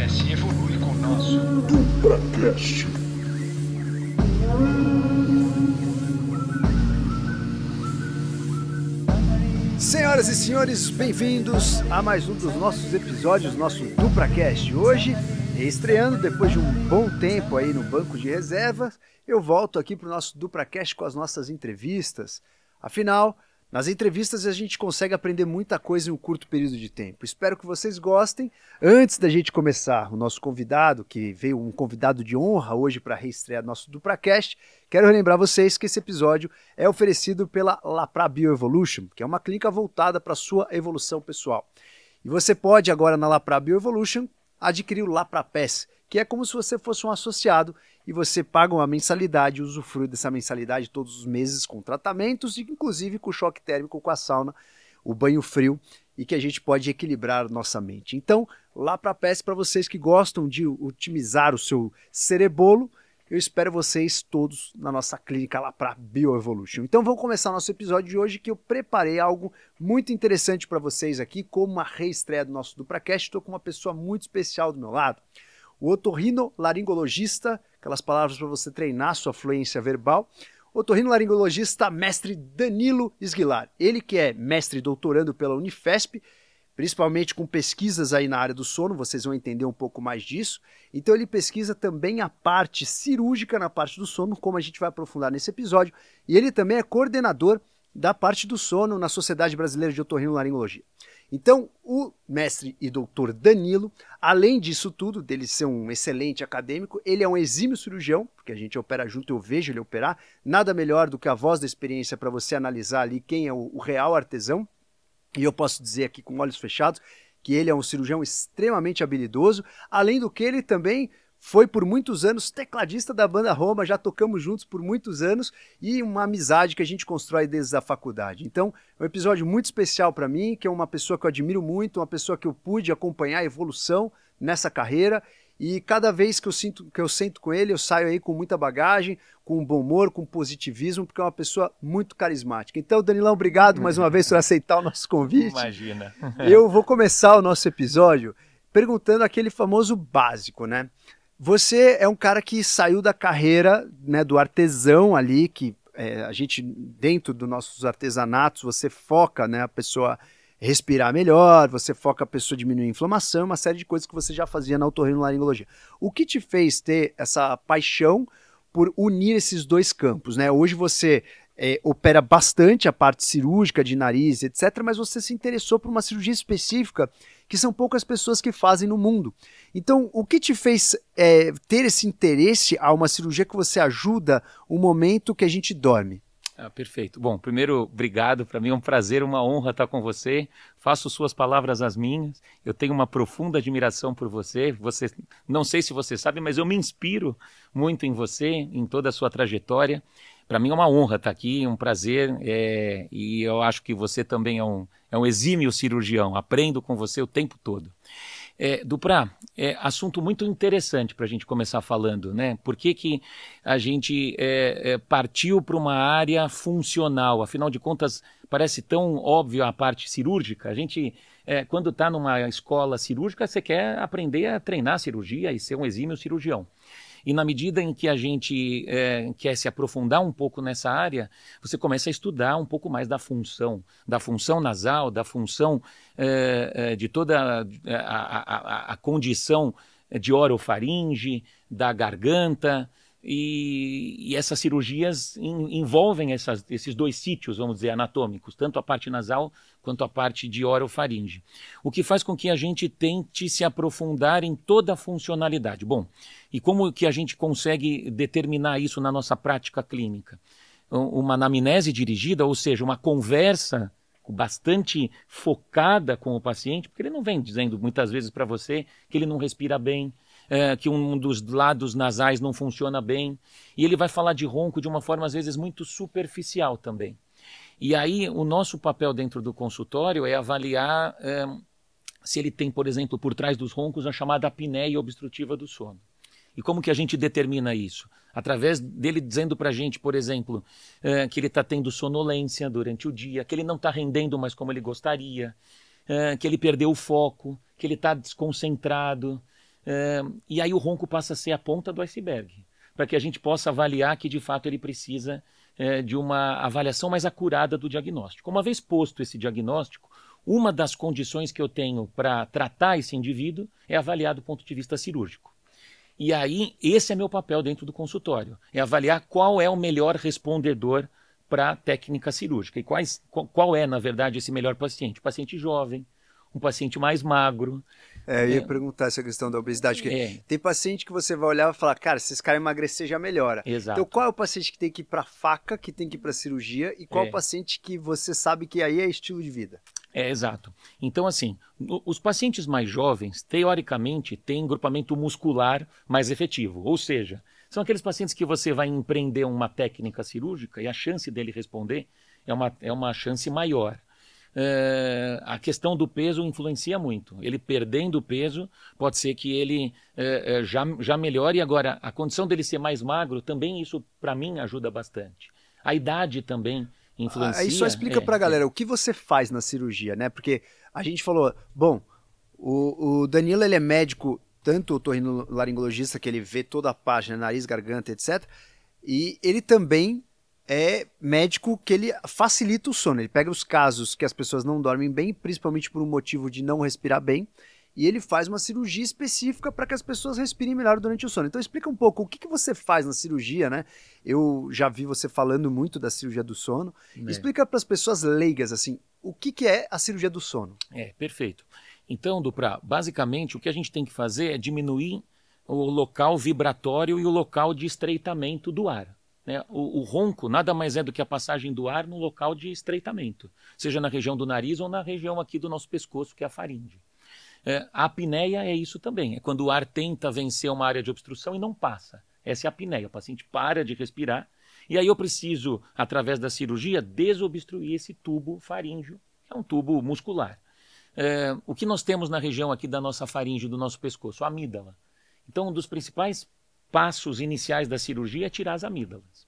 cresce e evolui com o nosso DupraCast. Senhoras e senhores, bem-vindos a mais um dos nossos episódios, nosso DupraCast. Hoje, estreando depois de um bom tempo aí no banco de reservas, eu volto aqui para o nosso DupraCast com as nossas entrevistas. Afinal, nas entrevistas a gente consegue aprender muita coisa em um curto período de tempo. Espero que vocês gostem. Antes da gente começar o nosso convidado, que veio um convidado de honra hoje para reestrear nosso DupraCast, quero relembrar vocês que esse episódio é oferecido pela Lapra Bioevolution, que é uma clínica voltada para a sua evolução pessoal. E você pode agora na Lapra Bioevolution adquirir o Lapra Pass, que é como se você fosse um associado e você paga uma mensalidade e usufrui dessa mensalidade todos os meses com tratamentos, inclusive com choque térmico, com a sauna, o banho frio, e que a gente pode equilibrar nossa mente. Então, Lapra Pass para vocês que gostam de otimizar o seu cerebolo, eu espero vocês todos na nossa clínica Lapra Bioevolution. Então vamos começar o nosso episódio de hoje, que eu preparei algo muito interessante para vocês aqui, como uma reestreia do nosso DupraCast. Estou com uma pessoa muito especial do meu lado, o otorrinolaringologista, aquelas palavras para você treinar sua fluência verbal, otorrinolaringologista mestre Danilo Esguilar. Ele que é mestre e doutorando pela Unifesp, principalmente com pesquisas aí na área do sono, vocês vão entender um pouco mais disso. Então ele pesquisa também a parte cirúrgica na parte do sono, como a gente vai aprofundar nesse episódio, e ele também é coordenador da parte do sono na Sociedade Brasileira de Otorrinolaringologia. Então, o mestre e doutor Danilo, além disso tudo, dele ser um excelente acadêmico, ele é um exímio cirurgião, porque a gente opera junto, eu vejo ele operar, nada melhor do que a voz da experiência para você analisar ali quem é o real artesão. E eu posso dizer aqui com olhos fechados que ele é um cirurgião extremamente habilidoso, além do que ele também foi por muitos anos tecladista da banda Roma, já tocamos juntos por muitos anos e uma amizade que a gente constrói desde a faculdade. Então é um episódio muito especial para mim, que é uma pessoa que eu admiro muito, uma pessoa que eu pude acompanhar a evolução nessa carreira. E cada vez que eu sento com ele, eu saio aí com muita bagagem, com bom humor, com positivismo, porque é uma pessoa muito carismática. Então, Danilão, obrigado mais uma vez por aceitar o nosso convite. Imagina. Eu vou começar o nosso episódio perguntando aquele famoso básico, né? Você é um cara que saiu da carreira, né, do artesão ali, que a gente, dentro dos nossos artesanatos, você foca, né, a pessoa respirar melhor, você foca a pessoa diminuir a inflamação, uma série de coisas que você já fazia na otorrinolaringologia. O que te fez ter essa paixão por unir esses dois campos, né? Hoje você opera bastante a parte cirúrgica de nariz, etc., mas você se interessou por uma cirurgia específica que são poucas pessoas que fazem no mundo. Então, o que te fez ter esse interesse a uma cirurgia que você ajuda o momento que a gente dorme? Perfeito. Bom, primeiro, obrigado. Para mim é um prazer, uma honra estar com você. Faço suas palavras as minhas. Eu tenho uma profunda admiração por você. Não sei se você sabe, mas eu me inspiro muito em você, em toda a sua trajetória. Para mim é uma honra estar aqui, um prazer. E eu acho que você também é um exímio cirurgião. Aprendo com você o tempo todo. Dupra, assunto muito interessante para a gente começar falando, né? Por que a gente partiu para uma área funcional? Afinal de contas, parece tão óbvio a parte cirúrgica. A gente, quando está numa escola cirúrgica, você quer aprender a treinar cirurgia e ser um exímio cirurgião. E na medida em que a gente quer se aprofundar um pouco nessa área, você começa a estudar um pouco mais da função nasal, da função de toda a condição de orofaringe, da garganta, e essas cirurgias envolvem esses dois sítios, vamos dizer, anatômicos, tanto a parte nasal quanto a parte de orofaringe. O que faz com que a gente tente se aprofundar em toda a funcionalidade. Bom, e como que a gente consegue determinar isso na nossa prática clínica? Uma anamnese dirigida, ou seja, uma conversa bastante focada com o paciente, porque ele não vem dizendo muitas vezes para você que ele não respira bem, que um dos lados nasais não funciona bem, e ele vai falar de ronco de uma forma às vezes muito superficial também. E aí o nosso papel dentro do consultório é avaliar se ele tem, por exemplo, por trás dos roncos a chamada apneia obstrutiva do sono. E como que a gente determina isso? Através dele dizendo para a gente, por exemplo, que ele está tendo sonolência durante o dia, que ele não está rendendo mais como ele gostaria, que ele perdeu o foco, que ele está desconcentrado, E aí o ronco passa a ser a ponta do iceberg, para que a gente possa avaliar que de fato ele precisa de uma avaliação mais acurada do diagnóstico. Uma vez posto esse diagnóstico, uma das condições que eu tenho para tratar esse indivíduo é avaliar do ponto de vista cirúrgico. E aí, esse é meu papel dentro do consultório, é avaliar qual é o melhor respondedor para a técnica cirúrgica. E qual é, na verdade, esse melhor paciente? Paciente jovem, um paciente mais magro. Eu ia perguntar essa questão da obesidade, porque tem paciente que você vai olhar e falar, cara, se esse cara emagrecer já melhora. Exato. Então qual é o paciente que tem que ir para faca, que tem que ir para cirurgia, e qual é o paciente que você sabe que aí é estilo de vida? Exato. Então, assim, os pacientes mais jovens, teoricamente, têm grupamento muscular mais efetivo, ou seja, são aqueles pacientes que você vai empreender uma técnica cirúrgica e a chance dele responder é uma chance maior. A questão do peso influencia muito. Ele perdendo peso, pode ser que ele já melhore. Agora, a condição dele ser mais magro, também isso, para mim, ajuda bastante. A idade também influencia. Aí só explica pra galera o que você faz na cirurgia, né? Porque a gente falou, bom, o Danilo, ele é médico, tanto otorrinolaringologista, que ele vê toda a página, nariz, garganta, etc. E ele também é médico que ele facilita o sono. Ele pega os casos que as pessoas não dormem bem, principalmente por um motivo de não respirar bem, e ele faz uma cirurgia específica para que as pessoas respirem melhor durante o sono. Então explica um pouco o que você faz na cirurgia, né? Eu já vi você falando muito da cirurgia do sono. Explica para as pessoas leigas, assim, o que é a cirurgia do sono. Perfeito. Então, Duprat, basicamente o que a gente tem que fazer é diminuir o local vibratório e o local de estreitamento do ar. O ronco nada mais é do que a passagem do ar no local de estreitamento, seja na região do nariz ou na região aqui do nosso pescoço, que é a faringe. A apneia é isso também, é quando o ar tenta vencer uma área de obstrução e não passa. Essa é a apneia, o paciente para de respirar e aí eu preciso, através da cirurgia, desobstruir esse tubo faríngeo, que é um tubo muscular. O que nós temos na região aqui da nossa faringe, do nosso pescoço? A amígdala. Então, um dos principais passos iniciais da cirurgia é tirar as amígdalas.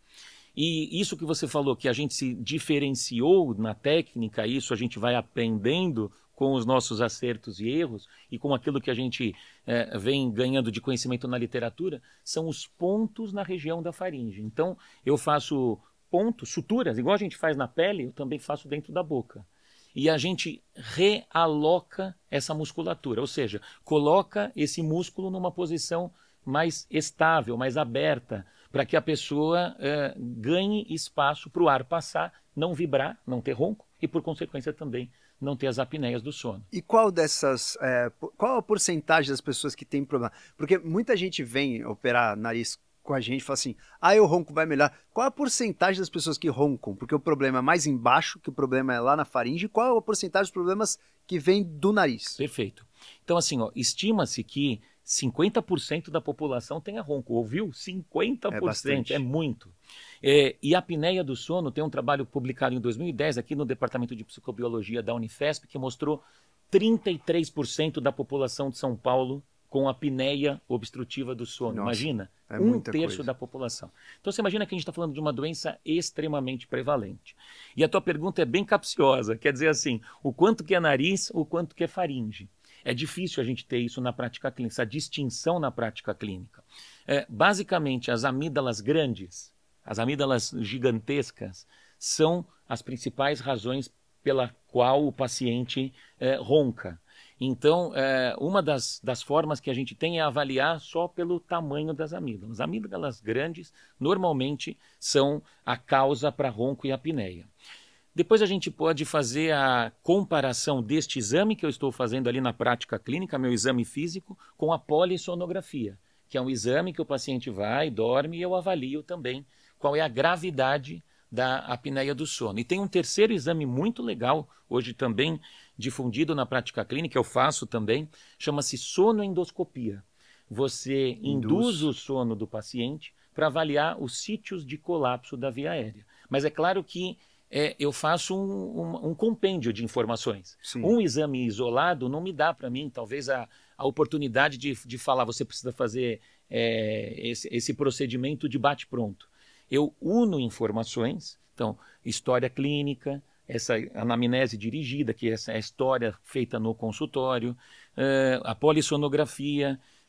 E isso que você falou, que a gente se diferenciou na técnica, isso a gente vai aprendendo com os nossos acertos e erros e com aquilo que a gente vem ganhando de conhecimento na literatura, são os pontos na região da faringe. Então, eu faço pontos, suturas, igual a gente faz na pele, eu também faço dentro da boca. E a gente realoca essa musculatura, ou seja, coloca esse músculo numa posição mais estável, mais aberta, para que a pessoa ganhe espaço para o ar passar, não vibrar, não ter ronco e, por consequência, também não ter as apneias do sono. E qual a porcentagem das pessoas que tem problema? Porque muita gente vem operar nariz com a gente e fala assim, o ronco vai melhorar. Qual a porcentagem das pessoas que roncam? Porque o problema é mais embaixo, que o problema é lá na faringe. Qual a porcentagem dos problemas que vem do nariz? Perfeito. Então, assim, estima-se que 50% da população tenha ronco. Ouviu? 50%. É muito. E a apneia do sono tem um trabalho publicado em 2010 aqui no Departamento de Psicobiologia da Unifesp que mostrou 33% da população de São Paulo com apneia obstrutiva do sono. Nossa, imagina, um terço da população. Então você imagina que a gente está falando de uma doença extremamente prevalente. E a tua pergunta é bem capciosa, quer dizer assim, o quanto que é nariz, o quanto que é faringe. É difícil a gente ter isso na prática clínica, essa distinção na prática clínica. Basicamente, as amígdalas grandes, as amígdalas gigantescas, são as principais razões pela qual o paciente ronca. Então, uma das formas que a gente tem é avaliar só pelo tamanho das amígdalas. As amígdalas grandes, normalmente, são a causa para ronco e apneia. Depois a gente pode fazer a comparação deste exame que eu estou fazendo ali na prática clínica, meu exame físico, com a polissonografia, que é um exame que o paciente vai, dorme e eu avalio também qual é a gravidade da apneia do sono. E tem um terceiro exame muito legal, hoje também difundido na prática clínica, eu faço também, chama-se sonoendoscopia. Você induz o sono do paciente para avaliar os sítios de colapso da via aérea. Mas é claro que eu faço um compêndio de informações. Sim. Um exame isolado não me dá para mim, talvez, a oportunidade de falar, você precisa fazer esse procedimento de bate-pronto. Eu uno informações, então, história clínica, essa anamnese dirigida, que é essa história feita no consultório, a polissonografia,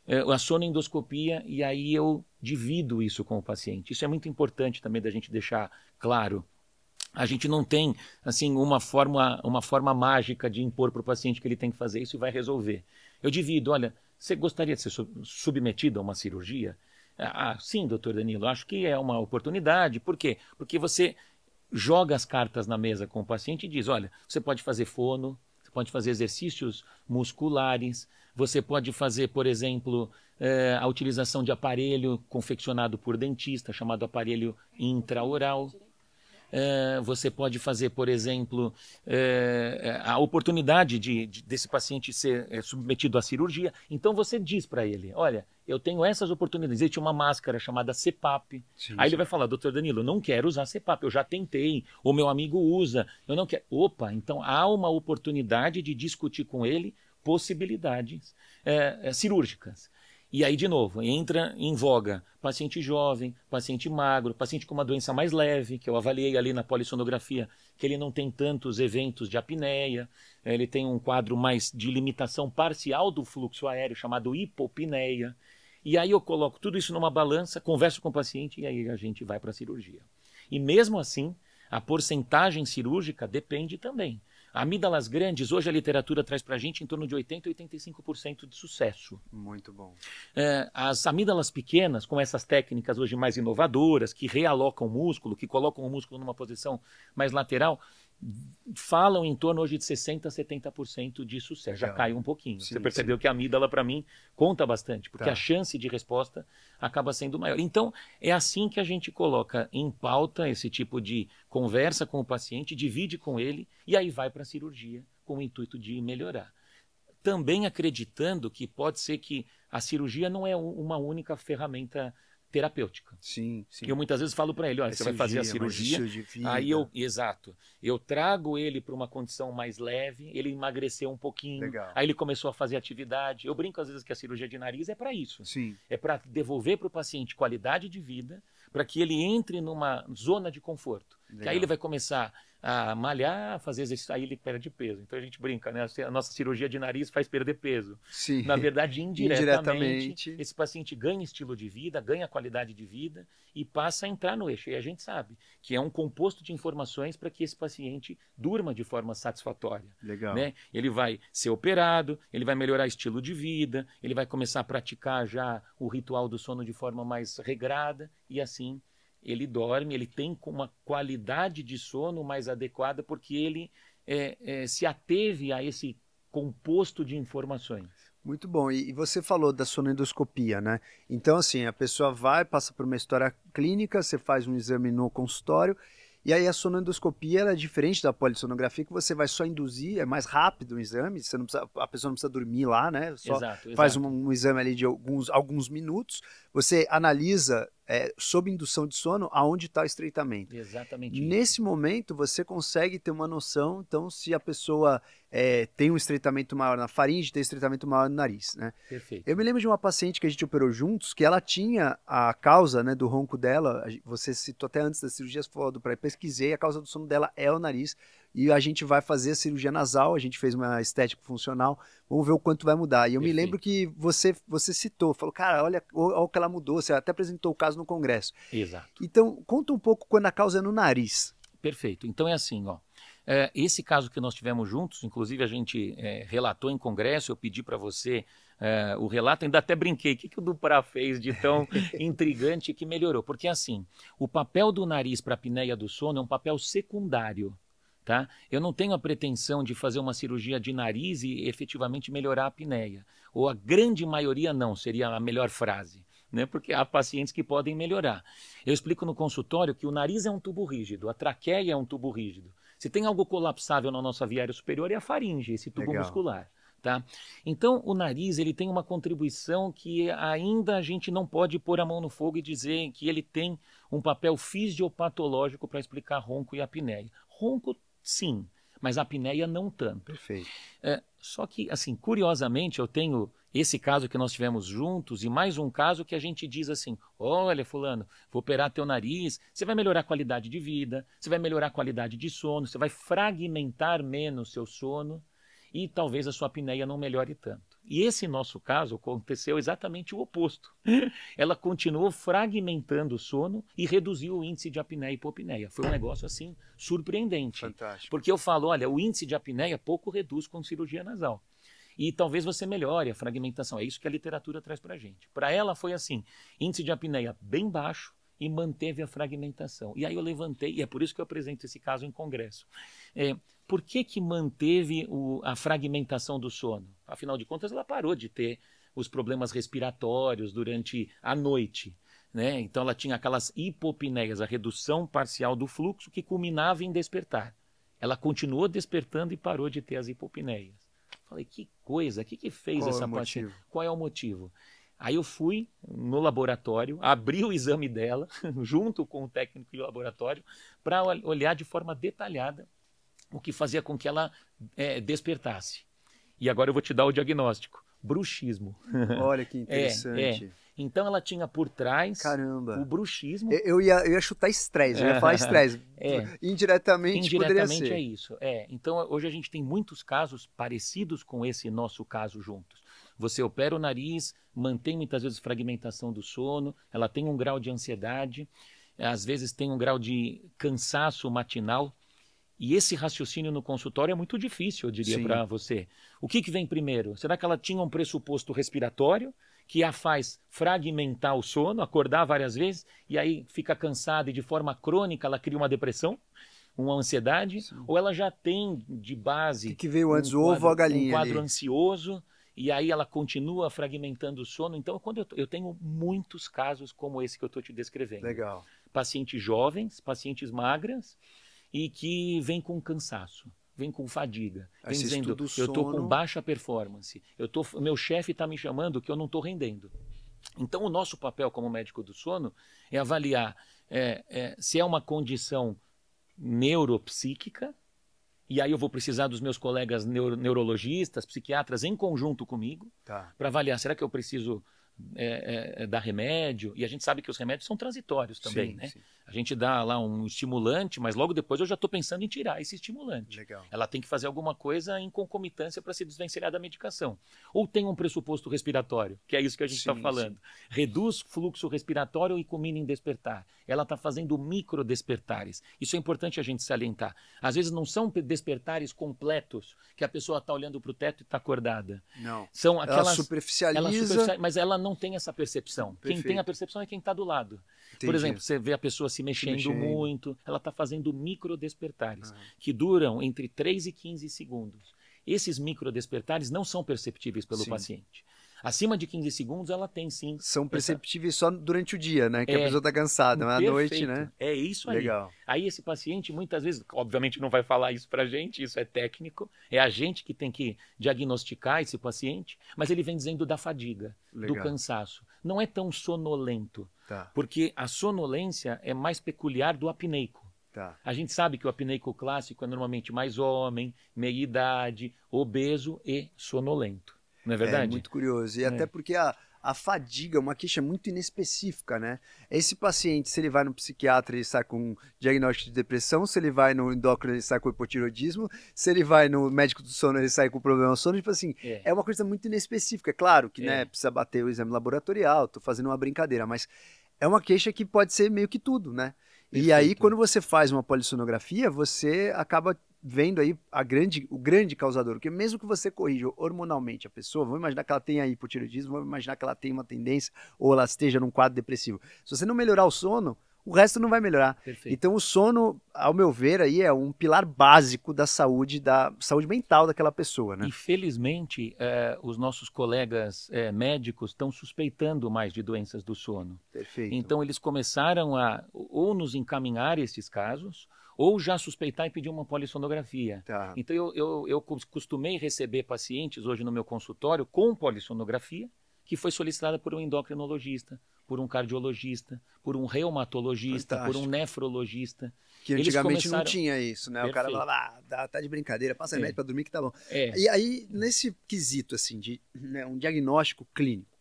a sonoendoscopia, e aí eu divido isso com o paciente. Isso é muito importante também da gente deixar claro. A gente não tem assim uma forma mágica de impor para o paciente que ele tem que fazer isso e vai resolver. Eu divido, olha, você gostaria de ser submetido a uma cirurgia? Sim, doutor Danilo, acho que é uma oportunidade. Por quê? Porque você joga as cartas na mesa com o paciente e diz, olha, você pode fazer fono, você pode fazer exercícios musculares, você pode fazer, por exemplo, a utilização de aparelho confeccionado por dentista, chamado aparelho intraoral. Você pode fazer, por exemplo, a oportunidade desse paciente ser submetido à cirurgia. Então você diz para ele, olha, eu tenho essas oportunidades. Existe uma máscara chamada CPAP. Sim, Aí sim. ele vai falar, doutor Danilo, eu não quero usar CPAP, eu já tentei, o meu amigo usa, eu não quero. Opa, então há uma oportunidade de discutir com ele possibilidades cirúrgicas. E aí, de novo, entra em voga paciente jovem, paciente magro, paciente com uma doença mais leve, que eu avaliei ali na polissonografia, que ele não tem tantos eventos de apneia, ele tem um quadro mais de limitação parcial do fluxo aéreo, chamado hipopneia. E aí eu coloco tudo isso numa balança, converso com o paciente e aí a gente vai para a cirurgia. E mesmo assim, a porcentagem cirúrgica depende também. Amígdalas grandes, hoje a literatura traz para a gente em torno de 80% a 85% de sucesso. Muito bom. As amígdalas pequenas, com essas técnicas hoje mais inovadoras, que realocam o músculo, que colocam o músculo numa posição mais lateral, falam em torno hoje de 60% a 70% de sucesso. Já caiu um pouquinho. Sim, Você percebeu sim. que a amígdala, para mim, conta bastante, porque Tá. a chance de resposta acaba sendo maior. Então, é assim que a gente coloca em pauta esse tipo de conversa com o paciente, divide com ele e aí vai para a cirurgia com o intuito de melhorar. Também acreditando que pode ser que a cirurgia não é uma única ferramenta terapêutica. Sim, sim. Que eu muitas vezes falo para ele, olha, você vai fazer a mas cirurgia, estilo de vida. aí eu trago ele para uma condição mais leve, ele emagreceu um pouquinho, Legal. aí ele começou a fazer atividade. Eu brinco às vezes que a cirurgia de nariz é para isso. Sim. É para devolver para o paciente qualidade de vida, para que ele entre numa zona de conforto. Legal. Que aí ele vai começar a malhar, a fazer exercício, aí ele perde peso. Então a gente brinca, né? A nossa cirurgia de nariz faz perder peso. Sim. Na verdade, indiretamente, Indiretamente. esse paciente ganha estilo de vida, ganha qualidade de vida e passa a entrar no eixo. E a gente sabe que é um composto de informações para que esse paciente durma de forma satisfatória. Legal. Né? Ele vai ser operado, ele vai melhorar estilo de vida, ele vai começar a praticar já o ritual do sono de forma mais regrada e assim ele dorme, ele tem uma qualidade de sono mais adequada porque ele se ateve a esse composto de informações. Muito bom. E você falou da sonoendoscopia, né? Então, assim, a pessoa vai, passa por uma história clínica, você faz um exame no consultório, e aí a sonoendoscopia ela é diferente da polissonografia, que você vai só induzir, é mais rápido o exame, você não precisa, a pessoa não precisa dormir lá, né? Só Exato, faz exato. um exame ali de alguns minutos, você analisa sob indução de sono aonde está o estreitamento. Exatamente isso. Nesse momento, você consegue ter uma noção, então, se a pessoa tem um estreitamento maior na faringe, tem um estreitamento maior no nariz, né? Perfeito. Eu me lembro de uma paciente que a gente operou juntos, que ela tinha a causa, né, do ronco dela, você citou até antes da cirurgia, você falou para pesquisei, a causa do sono dela é o nariz, e a gente vai fazer a cirurgia nasal, a gente fez uma estética funcional, vamos ver o quanto vai mudar. E eu me lembro que você citou, falou, cara, olha o que ela mudou, você até apresentou o caso no congresso. Exato. Então, conta um pouco quando a causa é no nariz. Perfeito. Então é assim, ó. Esse caso que nós tivemos juntos, inclusive a gente relatou em congresso, eu pedi para você o relato, ainda até brinquei, o que o Duprá fez de tão intrigante que melhorou? Porque assim, o papel do nariz para a apneia do sono é um papel secundário. Tá? Eu não tenho a pretensão de fazer uma cirurgia de nariz e efetivamente melhorar a apneia. Ou a grande maioria não, seria a melhor frase. Né? Porque há pacientes que podem melhorar. Eu explico no consultório que o nariz é um tubo rígido, a traqueia é um tubo rígido. Se tem algo colapsável na nossa via aérea superior é a faringe, esse tubo Legal. muscular. Tá? Então, o nariz ele tem uma contribuição que ainda a gente não pode pôr a mão no fogo e dizer que ele tem um papel fisiopatológico para explicar ronco e apneia. Ronco, sim, mas a apneia não tanto. Perfeito. Só que, assim, curiosamente, eu tenho esse caso que nós tivemos juntos e mais um caso que a gente diz assim, olha, fulano, vou operar teu nariz, você vai melhorar a qualidade de vida, você vai melhorar a qualidade de sono, você vai fragmentar menos seu sono e talvez a sua apneia não melhore tanto. E esse nosso caso aconteceu exatamente o oposto. Ela continuou fragmentando o sono e reduziu o índice de apneia e hipopneia. Foi um negócio assim surpreendente. Fantástico. Porque eu falo, olha, o índice de apneia pouco reduz com cirurgia nasal. E talvez você melhore a fragmentação. É isso que a literatura traz para a gente. Para ela foi assim, índice de apneia bem baixo e manteve a fragmentação. E aí eu levantei, e é por isso que eu apresento esse caso em congresso. Por que manteve a fragmentação do sono? Afinal de contas, ela parou de ter os problemas respiratórios durante a noite. Né? Então ela tinha aquelas hipopneias, a redução parcial do fluxo que culminava em despertar. Ela continuou despertando e parou de ter as hipopneias. Falei, que coisa, o que fez essa paciente? Qual é o motivo? Aí eu fui no laboratório, abri o exame dela, junto com o técnico de laboratório, para olhar de forma detalhada o que fazia com que ela despertasse. E agora eu vou te dar o diagnóstico. Bruxismo. Olha que interessante. Então ela tinha por trás o bruxismo. Eu ia chutar estresse, eu ia falar estresse. Indiretamente poderia ser. É isso. Então hoje a gente tem muitos casos parecidos com esse nosso caso juntos. Você opera o nariz, mantém muitas vezes fragmentação do sono, ela tem um grau de ansiedade, às vezes tem um grau de cansaço matinal. E esse raciocínio no consultório é muito difícil, eu diria, para você. O que vem primeiro? Será que ela tinha um pressuposto respiratório que a faz fragmentar o sono, acordar várias vezes, e aí fica cansada e de forma crônica ela cria uma depressão, uma ansiedade? Sim. Ou ela já tem de base... O que veio antes, o ovo ou a galinha? Um quadro ansioso, e aí ela continua fragmentando o sono. Então, quando eu tenho muitos casos como esse que eu estou te descrevendo. Legal. Pacientes jovens, pacientes magras, e que vem com cansaço, vem com fadiga, vem dizendo, eu estou com baixa performance, meu chefe está me chamando que eu não estou rendendo. Então, o nosso papel como médico do sono é avaliar se é uma condição neuropsíquica, e aí eu vou precisar dos meus colegas neurologistas, psiquiatras, em conjunto comigo, para avaliar, será que eu preciso dar remédio? E a gente sabe que os remédios são transitórios também, né? Sim. A gente dá lá um estimulante, mas logo depois eu já estou pensando em tirar esse estimulante. Legal. Ela tem que fazer alguma coisa em concomitância para se desvencilhar da medicação. Ou tem um pressuposto respiratório, que é isso que a gente está falando. Sim. Reduz fluxo respiratório e culmina em despertar. Ela está fazendo microdespertares. Isso é importante a gente salientar. Às vezes não são despertares completos, que a pessoa está olhando para o teto e está acordada. Não. São aquelas, ela superficializa. Mas ela não tem essa percepção. Perfeito. Quem tem a percepção é quem está do lado. Entendi. Por exemplo, você vê a pessoa se mexendo muito, ela está fazendo microdespertares, que duram entre 3 e 15 segundos. Esses microdespertares não são perceptíveis pelo paciente. Acima de 15 segundos ela tem sim. São perceptíveis só durante o dia, né? Que a pessoa está cansada, mas à noite, né? É isso aí. Legal. Aí esse paciente muitas vezes, obviamente não vai falar isso pra gente, isso é técnico, é a gente que tem que diagnosticar esse paciente, mas ele vem dizendo da fadiga, do cansaço. Não é tão sonolento, porque a sonolência é mais peculiar do apneico. A gente sabe que o apneico clássico é normalmente mais homem, meia idade, obeso e sonolento. Não é verdade? É muito curioso. E até porque a fadiga é uma queixa muito inespecífica, né? Esse paciente, se ele vai no psiquiatra, ele sai com um diagnóstico de depressão, se ele vai no endócrino, ele sai com hipotiroidismo, se ele vai no médico do sono, ele sai com problema no sono. Tipo assim, é uma coisa muito inespecífica. É claro que né, precisa bater o exame laboratorial, tô fazendo uma brincadeira, mas é uma queixa que pode ser meio que tudo, né? Perfeito. E aí, quando você faz uma polissonografia, você acaba vendo aí o grande causador, porque mesmo que você corrija hormonalmente a pessoa, vamos imaginar que ela tenha hipotireoidismo, vamos imaginar que ela tenha uma tendência ou ela esteja num quadro depressivo. Se você não melhorar o sono, o resto não vai melhorar. Perfeito. Então o sono, ao meu ver, aí é um pilar básico da saúde mental daquela pessoa, né? E felizmente os nossos colegas médicos estão suspeitando mais de doenças do sono. Perfeito. Então eles começaram a ou nos encaminhar esses casos, ou já suspeitar e pedir uma polissonografia. Então eu costumei receber pacientes hoje no meu consultório com polissonografia, que foi solicitada por um endocrinologista, por um cardiologista, por um reumatologista, por um nefrologista. Que antigamente não tinha isso, né? Perfeito. O cara fala, tá de brincadeira, passa remédio para dormir que tá bom. E aí, nesse quesito, assim, de um diagnóstico clínico,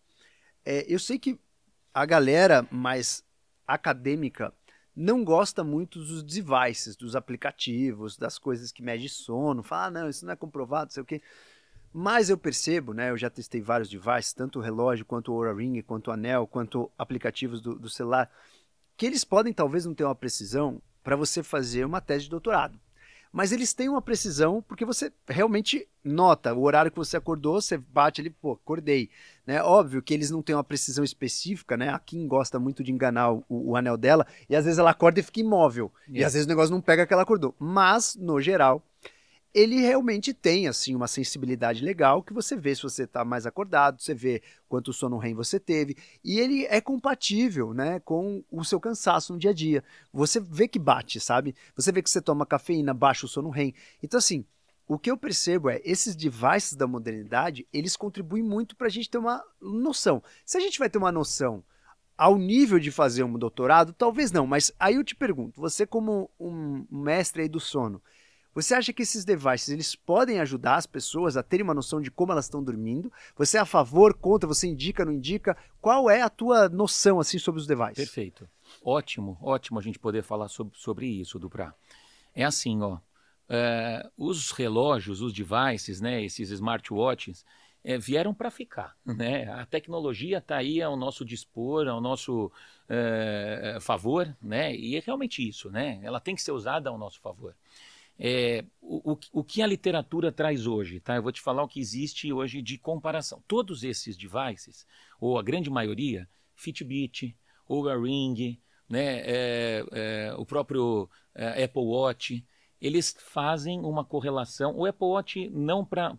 eu sei que a galera mais acadêmica não gosta muito dos devices, dos aplicativos, das coisas que medem sono. Fala, não, isso não é comprovado, não sei o quê. Mas eu percebo, né? Eu já testei vários devices, tanto o relógio, quanto o Oura Ring, quanto o anel, quanto aplicativos do celular, que eles podem talvez não ter uma precisão para você fazer uma tese de doutorado. Mas eles têm uma precisão porque você realmente nota o horário que você acordou, você bate ali, pô, acordei. Né? Óbvio que eles não têm uma precisão específica, né? A Kim gosta muito de enganar o anel dela e às vezes ela acorda e fica imóvel. E às vezes o negócio não pega que ela acordou. Mas, no geral, ele realmente tem assim uma sensibilidade legal que você vê se você está mais acordado, você vê quanto sono REM você teve, e ele é compatível, né, com o seu cansaço no dia a dia. Você vê que bate, sabe? Você vê que você toma cafeína, baixa o sono REM. Então assim, o que eu percebo é, esses devices da modernidade, eles contribuem muito para a gente ter uma noção. Se a gente vai ter uma noção ao nível de fazer um doutorado, talvez não, mas aí eu te pergunto, você como um mestre aí do sono, você acha que esses devices eles podem ajudar as pessoas a terem uma noção de como elas estão dormindo? Você é a favor, contra, você indica, não indica? Qual é a tua noção assim sobre os devices? Perfeito. Ótimo, ótimo a gente poder falar sobre isso, Duprá. É assim, ó, os relógios, os devices, né, esses smartwatches, vieram para ficar, né? A tecnologia está aí ao nosso dispor, ao nosso favor, né? E é realmente isso, né? Ela tem que ser usada ao nosso favor. O que a literatura traz hoje, tá? Eu vou te falar o que existe hoje de comparação. Todos esses devices, ou a grande maioria, Fitbit, Oura Ring, né, o próprio Apple Watch, eles fazem uma correlação. O Apple Watch não para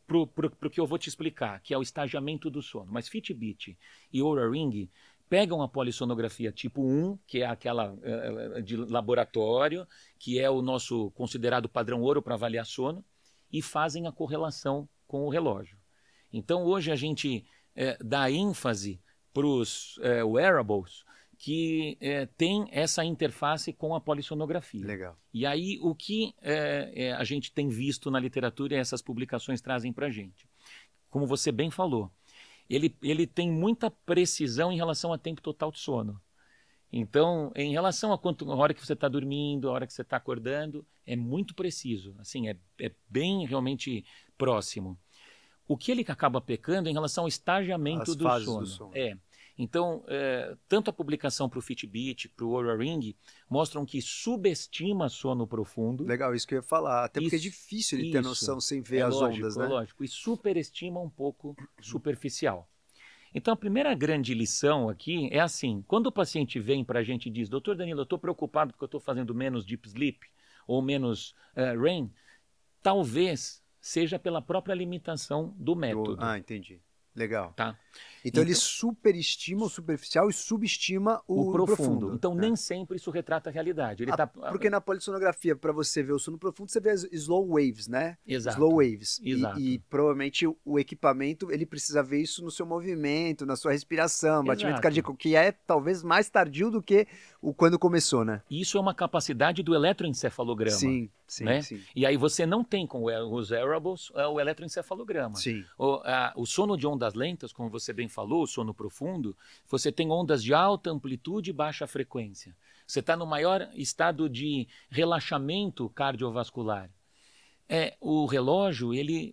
o que eu vou te explicar, que é o estagiamento do sono, mas Fitbit e Oura Ring pegam a polissonografia tipo 1, que é aquela de laboratório, que é o nosso considerado padrão ouro para avaliar sono, e fazem a correlação com o relógio. Então, hoje a gente dá ênfase para os wearables que tem essa interface com a polissonografia. Legal. E aí, o que a gente tem visto na literatura e essas publicações trazem para a gente? Como você bem falou, ele tem muita precisão em relação a tempo total de sono. Então, em relação a hora que você está dormindo, a hora que você está acordando, é muito preciso. Assim, é bem realmente próximo. O que ele acaba pecando é em relação ao estagiamento do sono. Então, tanto a publicação para o Fitbit, para o Oura Ring, mostram que subestima sono profundo. Legal, isso que eu ia falar. Até porque é difícil ele ter noção sem ver as ondas, né? É lógico, e superestima um pouco superficial. Então, a primeira grande lição aqui é assim, quando o paciente vem para a gente e diz, doutor Danilo, eu estou preocupado porque eu estou fazendo menos deep sleep ou menos REM, talvez seja pela própria limitação do método. Entendi. Legal. Tá? Então ele superestima o superficial e subestima o profundo. Então nem sempre isso retrata a realidade. Porque na polissonografia, para você ver o sono profundo, você vê as slow waves, né? Exato. Slow waves. Exato. E provavelmente o equipamento, ele precisa ver isso no seu movimento, na sua respiração, batimento cardíaco, que é talvez mais tardio do que quando começou, né? Isso é uma capacidade do eletroencefalograma. Sim. Né? Sim. E aí você não tem com os wearables o eletroencefalograma. Sim. O sono de ondas lentas, como você bem falou, o sono profundo, você tem ondas de alta amplitude e baixa frequência. Você está no maior estado de relaxamento cardiovascular. O relógio, ele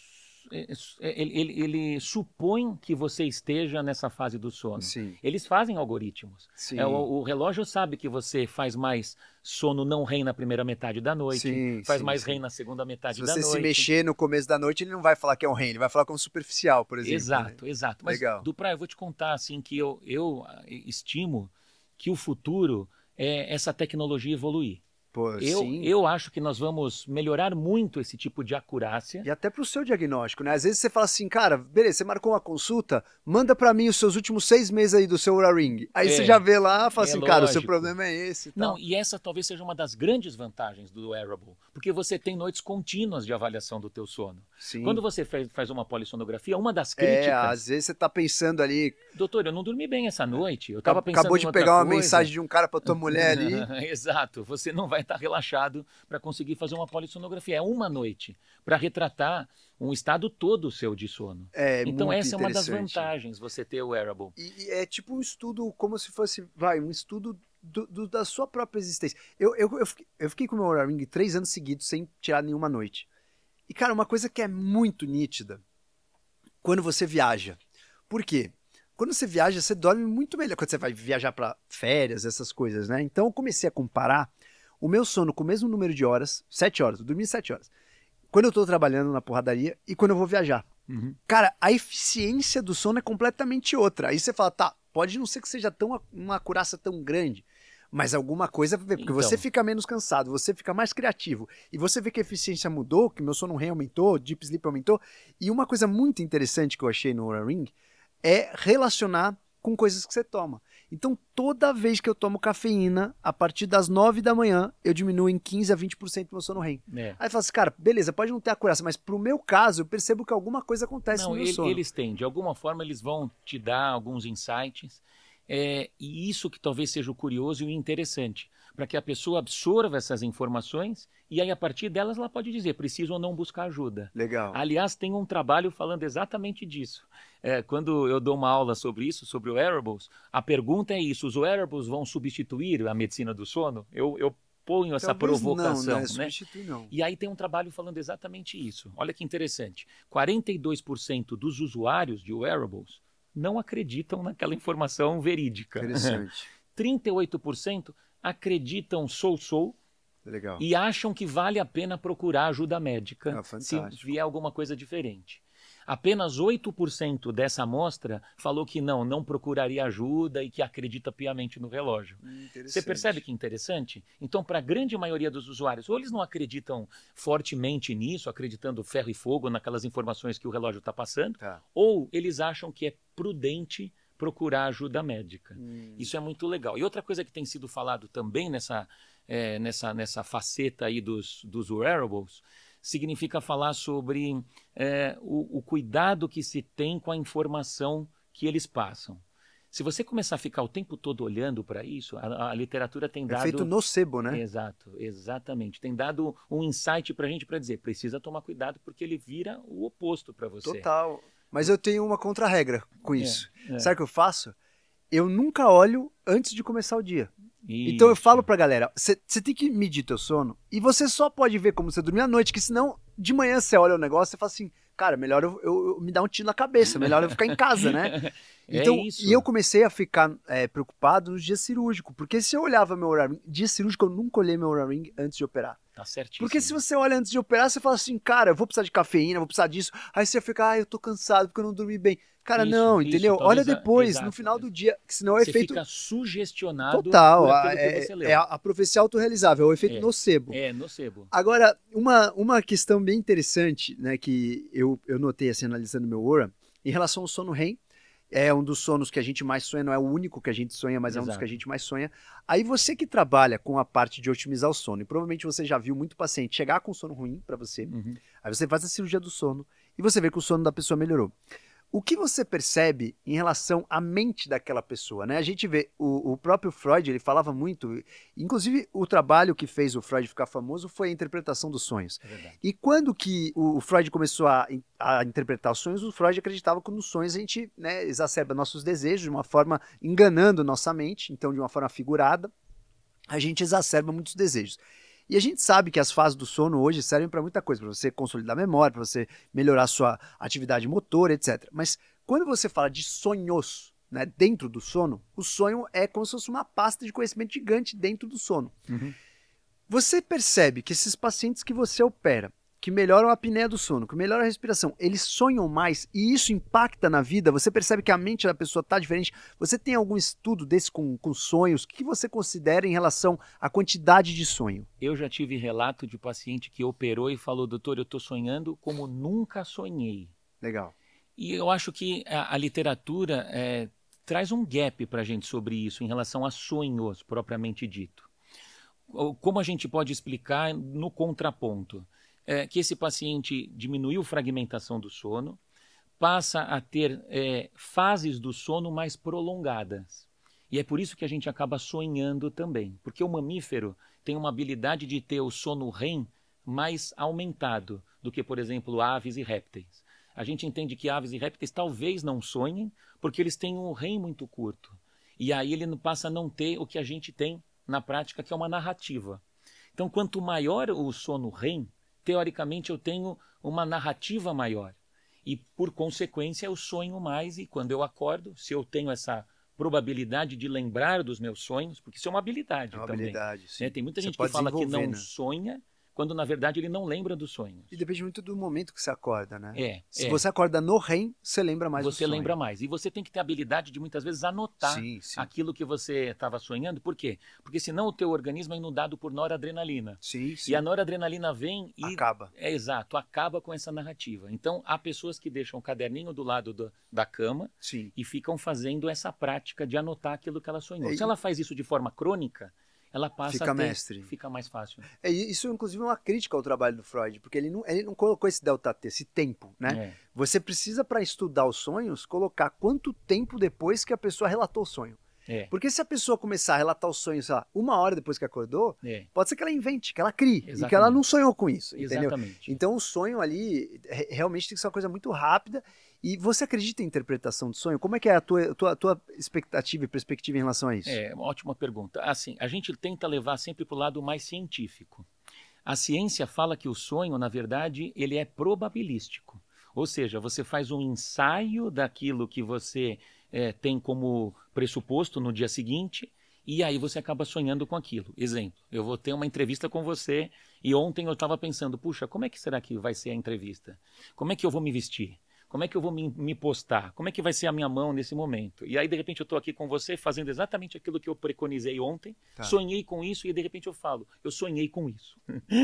supõe que você esteja nessa fase do sono. Sim. Eles fazem algoritmos. O relógio sabe que você faz mais sono não REM na primeira metade da noite, faz mais REM na segunda metade da noite. Se você se mexer no começo da noite, ele não vai falar que é um REM, ele vai falar como superficial, por exemplo. Exato, né? Exato. Mas, Legal. Duprá, eu vou te contar assim, que eu estimo que o futuro é essa tecnologia evoluir. Eu acho que nós vamos melhorar muito esse tipo de acurácia. E até para o seu diagnóstico, né? Às vezes você fala assim, cara, beleza, você marcou uma consulta, manda para mim os seus últimos 6 meses aí do seu Oura Ring. Aí você já vê lá, fala assim, lógico. Cara, o seu problema é esse. Não, e essa talvez seja uma das grandes vantagens do wearable, porque você tem noites contínuas de avaliação do teu sono. Sim. Quando você faz uma polissonografia, uma das críticas... às vezes você tá pensando ali... Doutor, eu não dormi bem essa noite, eu tava pensando Acabou de pegar uma mensagem de um cara para tua mulher ali. Exato, você não vai estar relaxado para conseguir fazer uma polissonografia. É uma noite para retratar um estado todo seu de sono. Então essa é uma das vantagens, você ter o wearable. E é tipo um estudo, como se fosse, um estudo da sua própria existência. Eu fiquei com o meu Oura Ring 3 anos seguidos sem tirar nenhuma noite. E, cara, uma coisa que é muito nítida, quando você viaja. Por quê? Quando você viaja, você dorme muito melhor. Quando você vai viajar para férias, essas coisas, né? Então eu comecei a comparar o meu sono com o mesmo número de horas, 7 horas, eu dormi 7 horas, quando eu tô trabalhando na porradaria e quando eu vou viajar. Cara, a eficiência do sono é completamente outra. Aí você fala, tá, pode não ser que seja uma acurácia tão grande, mas alguma coisa, porque Então. você fica menos cansado, você fica mais criativo, e você vê que a eficiência mudou, que meu sono REM aumentou, Deep Sleep aumentou, e uma coisa muito interessante que eu achei no Oura Ring é relacionar com coisas que você toma. Então, toda vez que eu tomo cafeína, a partir das 9 da manhã, eu diminuo em 15 a 20% meu sono REM. Aí fala assim, cara, beleza, pode não ter acurácia, mas pro meu caso, eu percebo que alguma coisa acontece no meu sono. Eles têm, de alguma forma, eles vão te dar alguns insights, e isso que talvez seja o curioso e o interessante, para que a pessoa absorva essas informações e aí a partir delas ela pode dizer, preciso ou não buscar ajuda. Legal. Aliás, tem um trabalho falando exatamente disso. Quando eu dou uma aula sobre isso, sobre o wearables, a pergunta é isso, os wearables vão substituir a medicina do sono? Eu ponho essa Talvez provocação, não, né? Substitui não. E aí tem um trabalho falando exatamente isso. Olha que interessante. 42% dos usuários de wearables não acreditam naquela informação verídica. Interessante. 38% acreditam sou Legal. e acham que vale a pena procurar ajuda médica se Fantástico. vier alguma coisa diferente. Apenas 8% dessa amostra falou que não procuraria ajuda e que acredita piamente no relógio. Você percebe que interessante? Então, para a grande maioria dos usuários, ou eles não acreditam fortemente nisso, acreditando ferro e fogo naquelas informações que o relógio está passando, ou eles acham que é prudente procurar ajuda médica. Isso é muito legal. E outra coisa que tem sido falado também nessa faceta aí dos wearables, significa falar sobre o cuidado que se tem com a informação que eles passam. Se você começar a ficar o tempo todo olhando para isso, a literatura tem dado... Efeito nocebo, né? Exato, exatamente. Tem dado um insight para a gente para dizer, precisa tomar cuidado porque ele vira o oposto para você. Total. Mas eu tenho uma contra-regra com isso. Sabe o que eu faço? Eu nunca olho antes de começar o dia. Isso. Então eu falo pra galera, você tem que medir teu sono e você só pode ver como você dormiu à noite, que senão de manhã você olha o negócio e fala assim, cara, melhor eu me dar um tiro na cabeça, melhor eu ficar em casa, né? Então, e eu comecei a ficar preocupado nos dias cirúrgicos, porque se eu olhava meu horário, dia cirúrgico eu nunca olhei meu horário antes de operar. Tá certíssimo. Porque se você olha antes de operar, você fala assim, cara, eu vou precisar de cafeína, vou precisar disso. Aí você fica, eu tô cansado porque eu não dormi bem. Cara, não, entendeu? Olha depois, no final do dia, que senão é o efeito... Você fica sugestionado total, por aquilo que você leu. É a profecia autorrealizável, é o efeito nocebo. É, nocebo. Agora, uma questão bem interessante, né, que eu notei, assim, analisando meu Oura, em relação ao sono REM, é um dos sonos que a gente mais sonha, não é o único que a gente sonha, mas é um dos que a gente mais sonha. Aí você que trabalha com a parte de otimizar o sono, e provavelmente você já viu muito paciente chegar com sono ruim para você, aí você faz a cirurgia do sono e você vê que o sono da pessoa melhorou. O que você percebe em relação à mente daquela pessoa, né? A gente vê, o próprio Freud, ele falava muito, inclusive o trabalho que fez o Freud ficar famoso foi a interpretação dos sonhos. E quando que o Freud começou a interpretar os sonhos, o Freud acreditava que nos sonhos a gente, né, exacerba nossos desejos de uma forma enganando nossa mente, então de uma forma figurada, a gente exacerba muitos desejos. E a gente sabe que as fases do sono hoje servem para muita coisa, para você consolidar a memória, para você melhorar a sua atividade motora, etc. Mas quando você fala de sonhos, né, dentro do sono, o sonho é como se fosse uma pasta de conhecimento gigante dentro do sono. Você percebe que esses pacientes que você opera, que melhoram a apneia do sono, que melhoram a respiração, eles sonham mais e isso impacta na vida? Você percebe que a mente da pessoa está diferente? Você tem algum estudo desse com sonhos? O que você considera em relação à quantidade de sonho? Eu já tive relato de paciente que operou e falou, doutor, eu estou sonhando como nunca sonhei. Legal. E eu acho que a literatura traz um gap para a gente sobre isso em relação a sonhos propriamente dito. Como a gente pode explicar no contraponto? Que esse paciente diminuiu a fragmentação do sono, passa a ter fases do sono mais prolongadas. E é por isso que a gente acaba sonhando também, porque o mamífero tem uma habilidade de ter o sono REM mais aumentado do que, por exemplo, aves e répteis. A gente entende que aves e répteis talvez não sonhem, porque eles têm um REM muito curto. E aí ele passa a não ter o que a gente tem na prática, que é uma narrativa. Então, quanto maior o sono REM, teoricamente eu tenho uma narrativa maior. E, por consequência, eu sonho mais e quando eu acordo, se eu tenho essa probabilidade de lembrar dos meus sonhos, porque isso é uma habilidade também. Habilidade, sim. Né? Tem muita gente que fala que não sonha, quando na verdade ele não lembra dos sonhos. E depende muito do momento que você acorda, né? Se É. você acorda no REM, você lembra mais do sonho. Você lembra mais. E você tem que ter a habilidade de muitas vezes anotar aquilo que você estava sonhando. Por quê? Porque senão o teu organismo é inundado por noradrenalina. Sim. E a noradrenalina vem e... acaba. Exato, acaba com essa narrativa. Então, há pessoas que deixam o caderninho do lado da cama e ficam fazendo essa prática de anotar aquilo que ela sonhou. Se ela faz isso de forma crônica, ela passa mestre. Fica mais fácil. Isso, inclusive, é uma crítica ao trabalho do Freud, porque ele não colocou esse delta T, esse tempo, né? Você precisa, para estudar os sonhos, colocar quanto tempo depois que a pessoa relatou o sonho. Porque se a pessoa começar a relatar o sonho, sei lá, 1 hora depois que acordou, pode ser que ela invente, que ela crie, e que ela não sonhou com isso, entendeu? Então o sonho ali realmente tem que ser uma coisa muito rápida. E você acredita em interpretação do sonho? Como é que é a tua expectativa e perspectiva em relação a isso? Uma ótima pergunta. Assim, a gente tenta levar sempre para o lado mais científico. A ciência fala que o sonho, na verdade, ele é probabilístico. Ou seja, você faz um ensaio daquilo que você tem como pressuposto no dia seguinte e aí você acaba sonhando com aquilo. Exemplo, eu vou ter uma entrevista com você e ontem eu estava pensando, puxa, como é que será que vai ser a entrevista? Como é que eu vou me vestir? Como é que eu vou me postar? Como é que vai ser a minha mão nesse momento? E aí, de repente, eu estou aqui com você fazendo exatamente aquilo que eu preconizei ontem, sonhei com isso e, de repente, eu falo, eu sonhei com isso.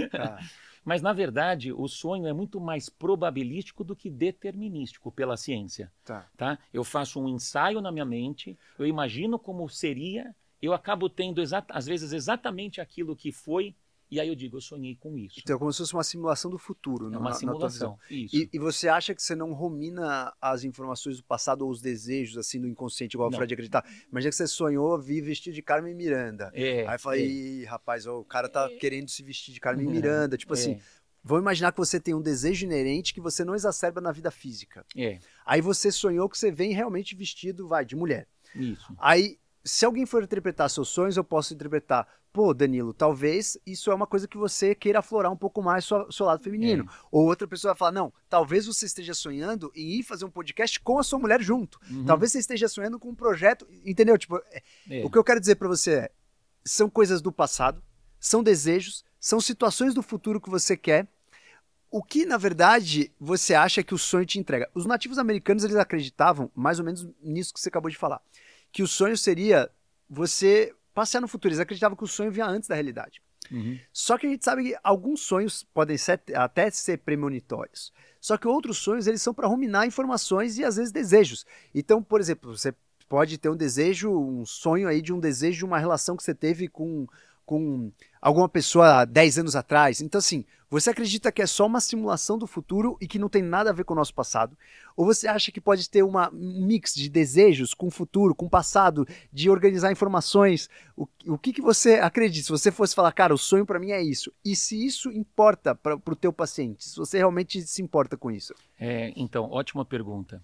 Mas, na verdade, o sonho é muito mais probabilístico do que determinístico pela ciência. Tá? Eu faço um ensaio na minha mente, eu imagino como seria, eu acabo tendo, às vezes, exatamente aquilo que foi, e aí eu digo, eu sonhei com isso. Então é como se fosse uma simulação do futuro. É uma simulação, isso. E você acha que você não rumina as informações do passado ou os desejos, assim, do inconsciente, igual o Freud acreditava? Imagina que você sonhou vir vestido de Carmen Miranda. Aí fala, ih, rapaz, o cara tá querendo se vestir de Carmen Miranda. Tipo assim, vamos imaginar que você tem um desejo inerente que você não exacerba na vida física. Aí você sonhou que você vem realmente vestido, de mulher. Isso. Aí, se alguém for interpretar seus sonhos, eu posso interpretar, pô, Danilo, talvez isso é uma coisa que você queira aflorar um pouco mais seu lado feminino. Ou outra pessoa vai falar, não, talvez você esteja sonhando em ir fazer um podcast com a sua mulher junto. Talvez você esteja sonhando com um projeto, entendeu? Tipo, o que eu quero dizer pra você são coisas do passado, são desejos, são situações do futuro que você quer. O que, na verdade, você acha que o sonho te entrega? Os nativos americanos, eles acreditavam, mais ou menos nisso que você acabou de falar, que o sonho seria você passear no futuro. Eles acreditavam que o sonho vinha antes da realidade. Só que a gente sabe que alguns sonhos podem até ser premonitórios. Só que outros sonhos, eles são para ruminar informações e, às vezes, desejos. Então, por exemplo, você pode ter um sonho aí de um desejo de uma relação que você teve com alguma pessoa há 10 anos atrás. Então, assim, você acredita que é só uma simulação do futuro e que não tem nada a ver com o nosso passado? Ou você acha que pode ter um mix de desejos com o futuro, com o passado, de organizar informações? O que você acredita? Se você fosse falar, cara, o sonho para mim é isso. E se isso importa para o teu paciente? Se você realmente se importa com isso? Então, ótima pergunta.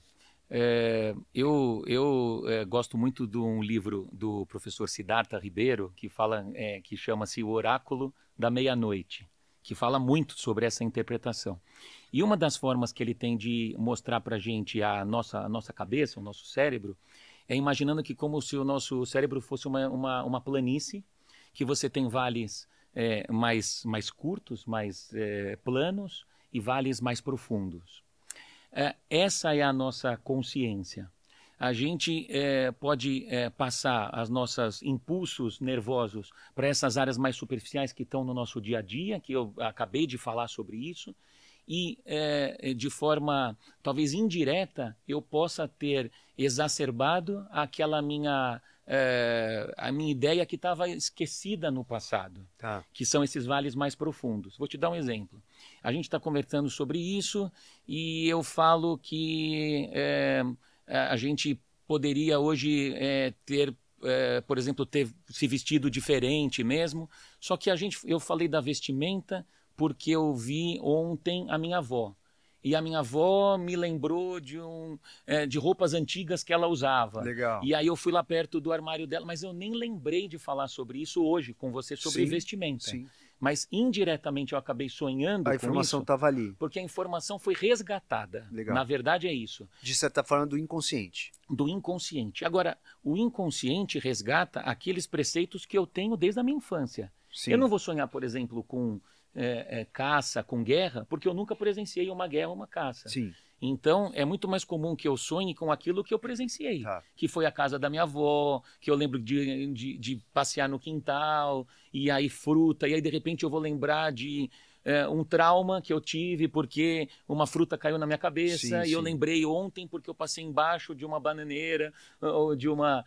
Eu gosto muito de um livro do professor Siddhartha Ribeiro que chama-se O Oráculo da Meia-Noite, que fala muito sobre essa interpretação. E uma das formas que ele tem de mostrar para a gente a nossa cabeça, o nosso cérebro, é imaginando que como se o nosso cérebro fosse uma planície, que você tem vales mais curtos, mais planos e vales mais profundos. Essa é a nossa consciência. A gente pode passar os nossos impulsos nervosos para essas áreas mais superficiais que estão no nosso dia a dia, que eu acabei de falar sobre isso, e de forma talvez indireta eu possa ter exacerbado aquela a minha ideia que estava esquecida no passado, que são esses vales mais profundos. Vou te dar um exemplo. A gente está conversando sobre isso e eu falo que a gente poderia hoje por exemplo, ter se vestido diferente mesmo, só que eu falei da vestimenta porque eu vi ontem a minha avó. E a minha avó me lembrou de roupas antigas que ela usava. Legal. E aí eu fui lá perto do armário dela, mas eu nem lembrei de falar sobre isso hoje com você, sobre vestimenta. Sim. mas indiretamente eu acabei sonhando A com informação isso, estava ali. porque a informação foi resgatada. Legal. Na verdade é isso. De certa forma, do inconsciente. Do inconsciente. Agora, o inconsciente resgata aqueles preceitos que eu tenho desde a minha infância. Sim. Eu não vou sonhar, por exemplo, com caça, com guerra, porque eu nunca presenciei uma guerra ou uma caça. Sim. Então, é muito mais comum que eu sonhe com aquilo que eu presenciei, Tá. que foi a casa da minha avó, que eu lembro de passear no quintal, e aí fruta, e aí de repente eu vou lembrar de um trauma que eu tive porque uma fruta caiu na minha cabeça, Sim, e eu sim. lembrei ontem porque eu passei embaixo de uma bananeira, ou de uma...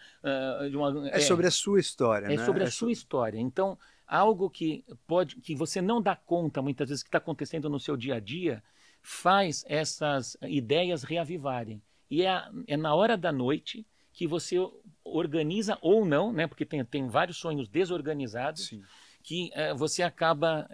É sobre a sua história, né? É sobre a sua história. Então, algo que você não dá conta muitas vezes que está acontecendo no seu dia a dia, faz essas ideias reavivarem. E é na hora da noite que você organiza ou não, né? Porque tem vários sonhos desorganizados, Sim. que você acaba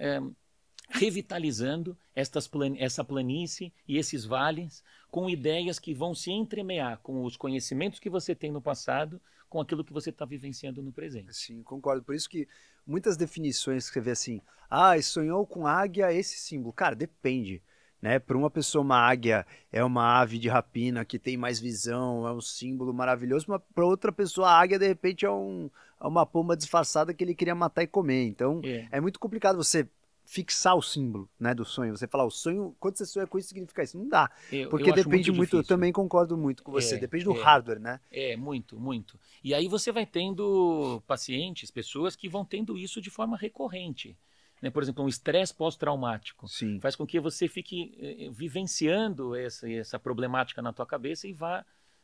revitalizando essa planície e esses vales com ideias que vão se entremear com os conhecimentos que você tem no passado, com aquilo que você está vivenciando no presente. Sim, concordo. Por isso que muitas definições que você vê assim, sonhou com águia, esse símbolo. Cara, depende. Né? Para uma pessoa, uma águia é uma ave de rapina que tem mais visão, é um símbolo maravilhoso, mas para outra pessoa, a águia, de repente, é uma pomba disfarçada que ele queria matar e comer. Então, é muito complicado você fixar o símbolo, né, do sonho. Você falar, o sonho, quando você sonha com isso, significa isso. Não dá. Porque depende muito, eu também concordo muito com você, depende do hardware, né? Muito, muito. E aí você vai tendo pacientes, pessoas que vão tendo isso de forma recorrente. Né? Por exemplo, um estresse pós-traumático faz com que você fique vivenciando essa problemática na tua cabeça e vá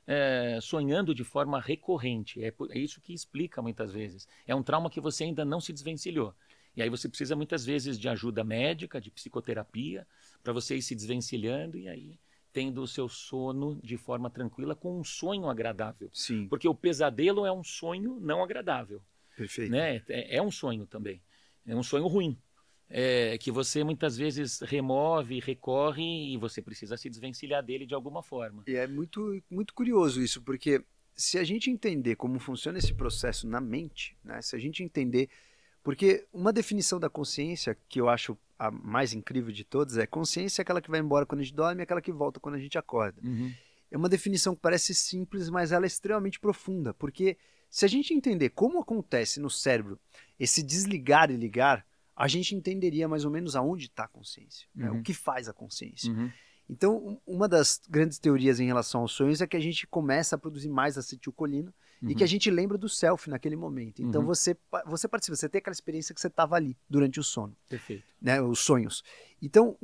sonhando de forma recorrente. É isso que explica muitas vezes. É um trauma que você ainda não se desvencilhou. E aí você precisa muitas vezes de ajuda médica, de psicoterapia, para você ir se desvencilhando e aí tendo o seu sono de forma tranquila com um sonho agradável. Sim. Porque o pesadelo é um sonho não agradável. Perfeito. Né? É um sonho também. É um sonho ruim. Que você muitas vezes remove, recorre e você precisa se desvencilhar dele de alguma forma. E é muito, muito curioso isso, porque se a gente entender como funciona esse processo na mente, né, se a gente entender... Porque uma definição da consciência, que eu acho a mais incrível de todas, é consciência é aquela que vai embora quando a gente dorme e aquela que volta quando a gente acorda. Uhum. É uma definição que parece simples, mas ela é extremamente profunda, porque se a gente entender como acontece no cérebro esse desligar e ligar, a gente entenderia mais ou menos aonde está a consciência, né? O que faz a consciência. Uhum. Então, uma das grandes teorias em relação aos sonhos é que a gente começa a produzir mais acetilcolina e que a gente lembra do self naquele momento. Então, você participa, você tem aquela experiência que você estava ali durante o sono. Perfeito. Né, os sonhos. Então,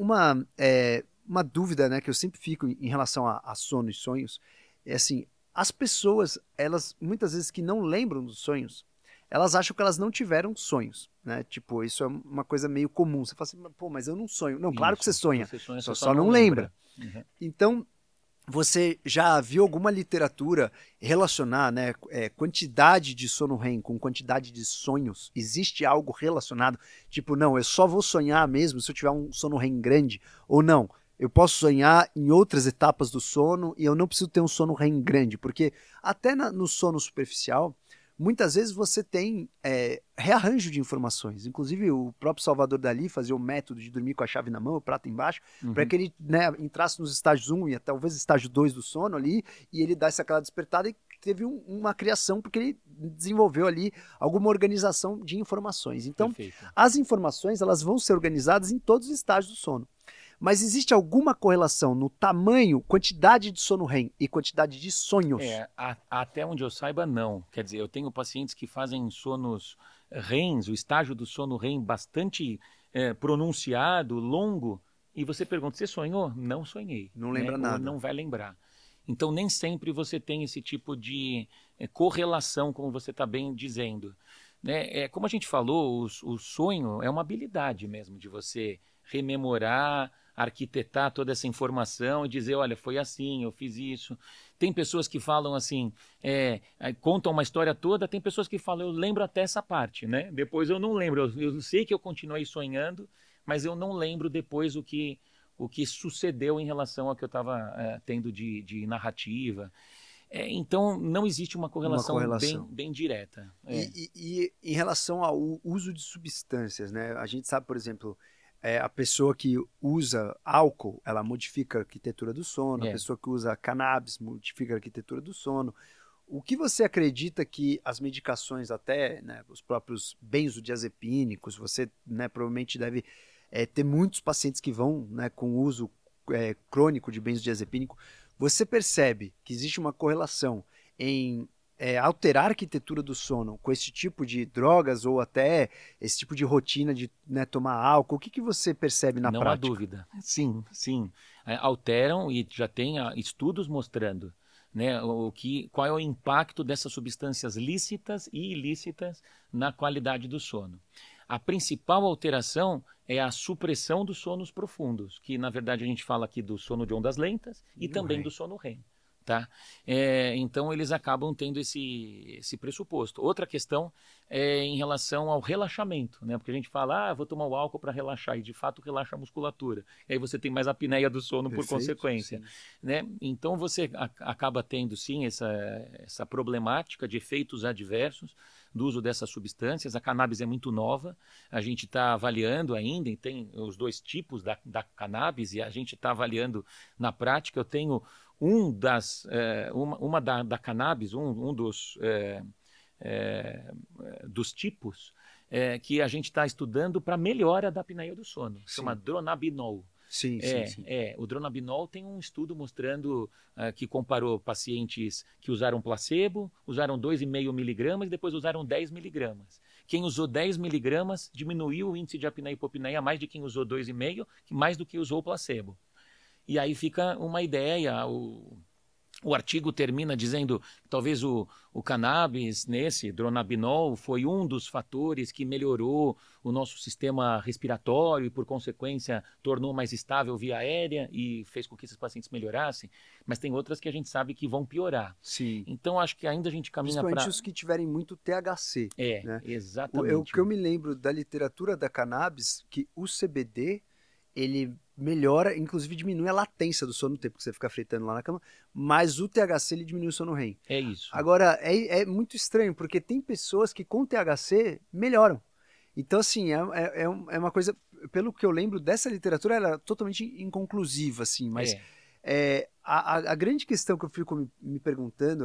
uma dúvida, né, que eu sempre fico em relação a sono e sonhos é assim, as pessoas, elas muitas vezes que não lembram dos sonhos, elas acham que elas não tiveram sonhos, né? Tipo, isso é uma coisa meio comum. Você fala assim, pô, mas eu não sonho. Não, claro que você sonha, você só não lembra. Uhum. Então, você já viu alguma literatura relacionar, né, quantidade de sono REM com quantidade de sonhos? Existe algo relacionado? Tipo, não, eu só vou sonhar mesmo se eu tiver um sono REM grande? Ou não, eu posso sonhar em outras etapas do sono e eu não preciso ter um sono REM grande? Porque até no sono superficial, muitas vezes você tem rearranjo de informações. Inclusive, o próprio Salvador Dalí fazia o método de dormir com a chave na mão, o prato embaixo, para que ele, né, entrasse nos estágios 1 e talvez estágio 2 do sono ali, e ele desse aquela despertada e teve uma criação, porque ele desenvolveu ali alguma organização de informações. Então, as informações elas vão ser organizadas em todos os estágios do sono. Mas existe alguma correlação no tamanho, quantidade de sono REM e quantidade de sonhos? Até onde eu saiba, não. Quer dizer, eu tenho pacientes que fazem sonos REMs, o estágio do sono REM bastante pronunciado, longo, e você pergunta, você sonhou? Não sonhei. Não lembra nada. Ou não vai lembrar. Então, nem sempre você tem esse tipo de correlação, como você está bem dizendo. Né? Como a gente falou, o sonho é uma habilidade mesmo de você rememorar, arquitetar toda essa informação e dizer, olha, foi assim, eu fiz isso. Tem pessoas que falam assim, contam uma história toda, tem pessoas que falam, eu lembro até essa parte, né? Depois eu não lembro, eu sei que eu continuei sonhando, mas eu não lembro depois o que sucedeu em relação ao que eu estava tendo de narrativa. Então, não existe uma correlação, bem direta. E em relação ao uso de substâncias, né? A gente sabe, por exemplo, a pessoa que usa álcool, ela modifica a arquitetura do sono, a pessoa que usa cannabis modifica a arquitetura do sono. O que você acredita que as medicações até, né, os próprios benzodiazepínicos, você, né, provavelmente deve ter muitos pacientes que vão, né, com uso crônico de benzodiazepínico, você percebe que existe uma correlação em alterar a arquitetura do sono com esse tipo de drogas ou até esse tipo de rotina de, né, tomar álcool? O que você percebe na prática? Não há dúvida. Sim, sim. Alteram e já tem estudos mostrando, né, qual é o impacto dessas substâncias lícitas e ilícitas na qualidade do sono. A principal alteração é a supressão dos sonos profundos, que na verdade a gente fala aqui do sono de ondas lentas e também do sono REM. Tá? Então eles acabam tendo esse pressuposto. Outra questão é em relação ao relaxamento, né? Porque a gente fala, vou tomar o álcool para relaxar, e de fato relaxa a musculatura. E aí você tem mais apneia do sono por consequência. Né? Então você acaba tendo sim essa problemática de efeitos adversos do uso dessas substâncias. A cannabis é muito nova, a gente está avaliando ainda, e tem os dois tipos da cannabis, e a gente está avaliando na prática. Eu tenho uma da cannabis, um dos tipos que a gente está estudando para melhora da apneia do sono. Chama Dronabinol. Sim. O Dronabinol tem um estudo mostrando que comparou pacientes que usaram placebo, usaram 2,5 miligramas e depois usaram 10 miligramas. Quem usou 10 miligramas diminuiu o índice de apneia e hipopneia mais de quem usou 2,5, mais do que usou o placebo. E aí fica uma ideia, o artigo termina dizendo que talvez o cannabis, nesse Dronabinol, foi um dos fatores que melhorou o nosso sistema respiratório e, por consequência, tornou mais estável via aérea e fez com que esses pacientes melhorassem. Mas tem outras que a gente sabe que vão piorar. Sim. Então, acho que ainda a gente caminha para... Principalmente os que tiverem muito THC. Né? Exatamente. O que eu me lembro da literatura da cannabis, que o CBD, ele melhora, inclusive diminui a latência do sono no tempo que você fica fritando lá na cama, mas o THC ele diminui o sono REM. É isso. Agora, é muito estranho, porque tem pessoas que com THC melhoram. Então, assim, é uma coisa, pelo que eu lembro dessa literatura, ela é totalmente inconclusiva, assim, mas a grande questão que eu fico me perguntando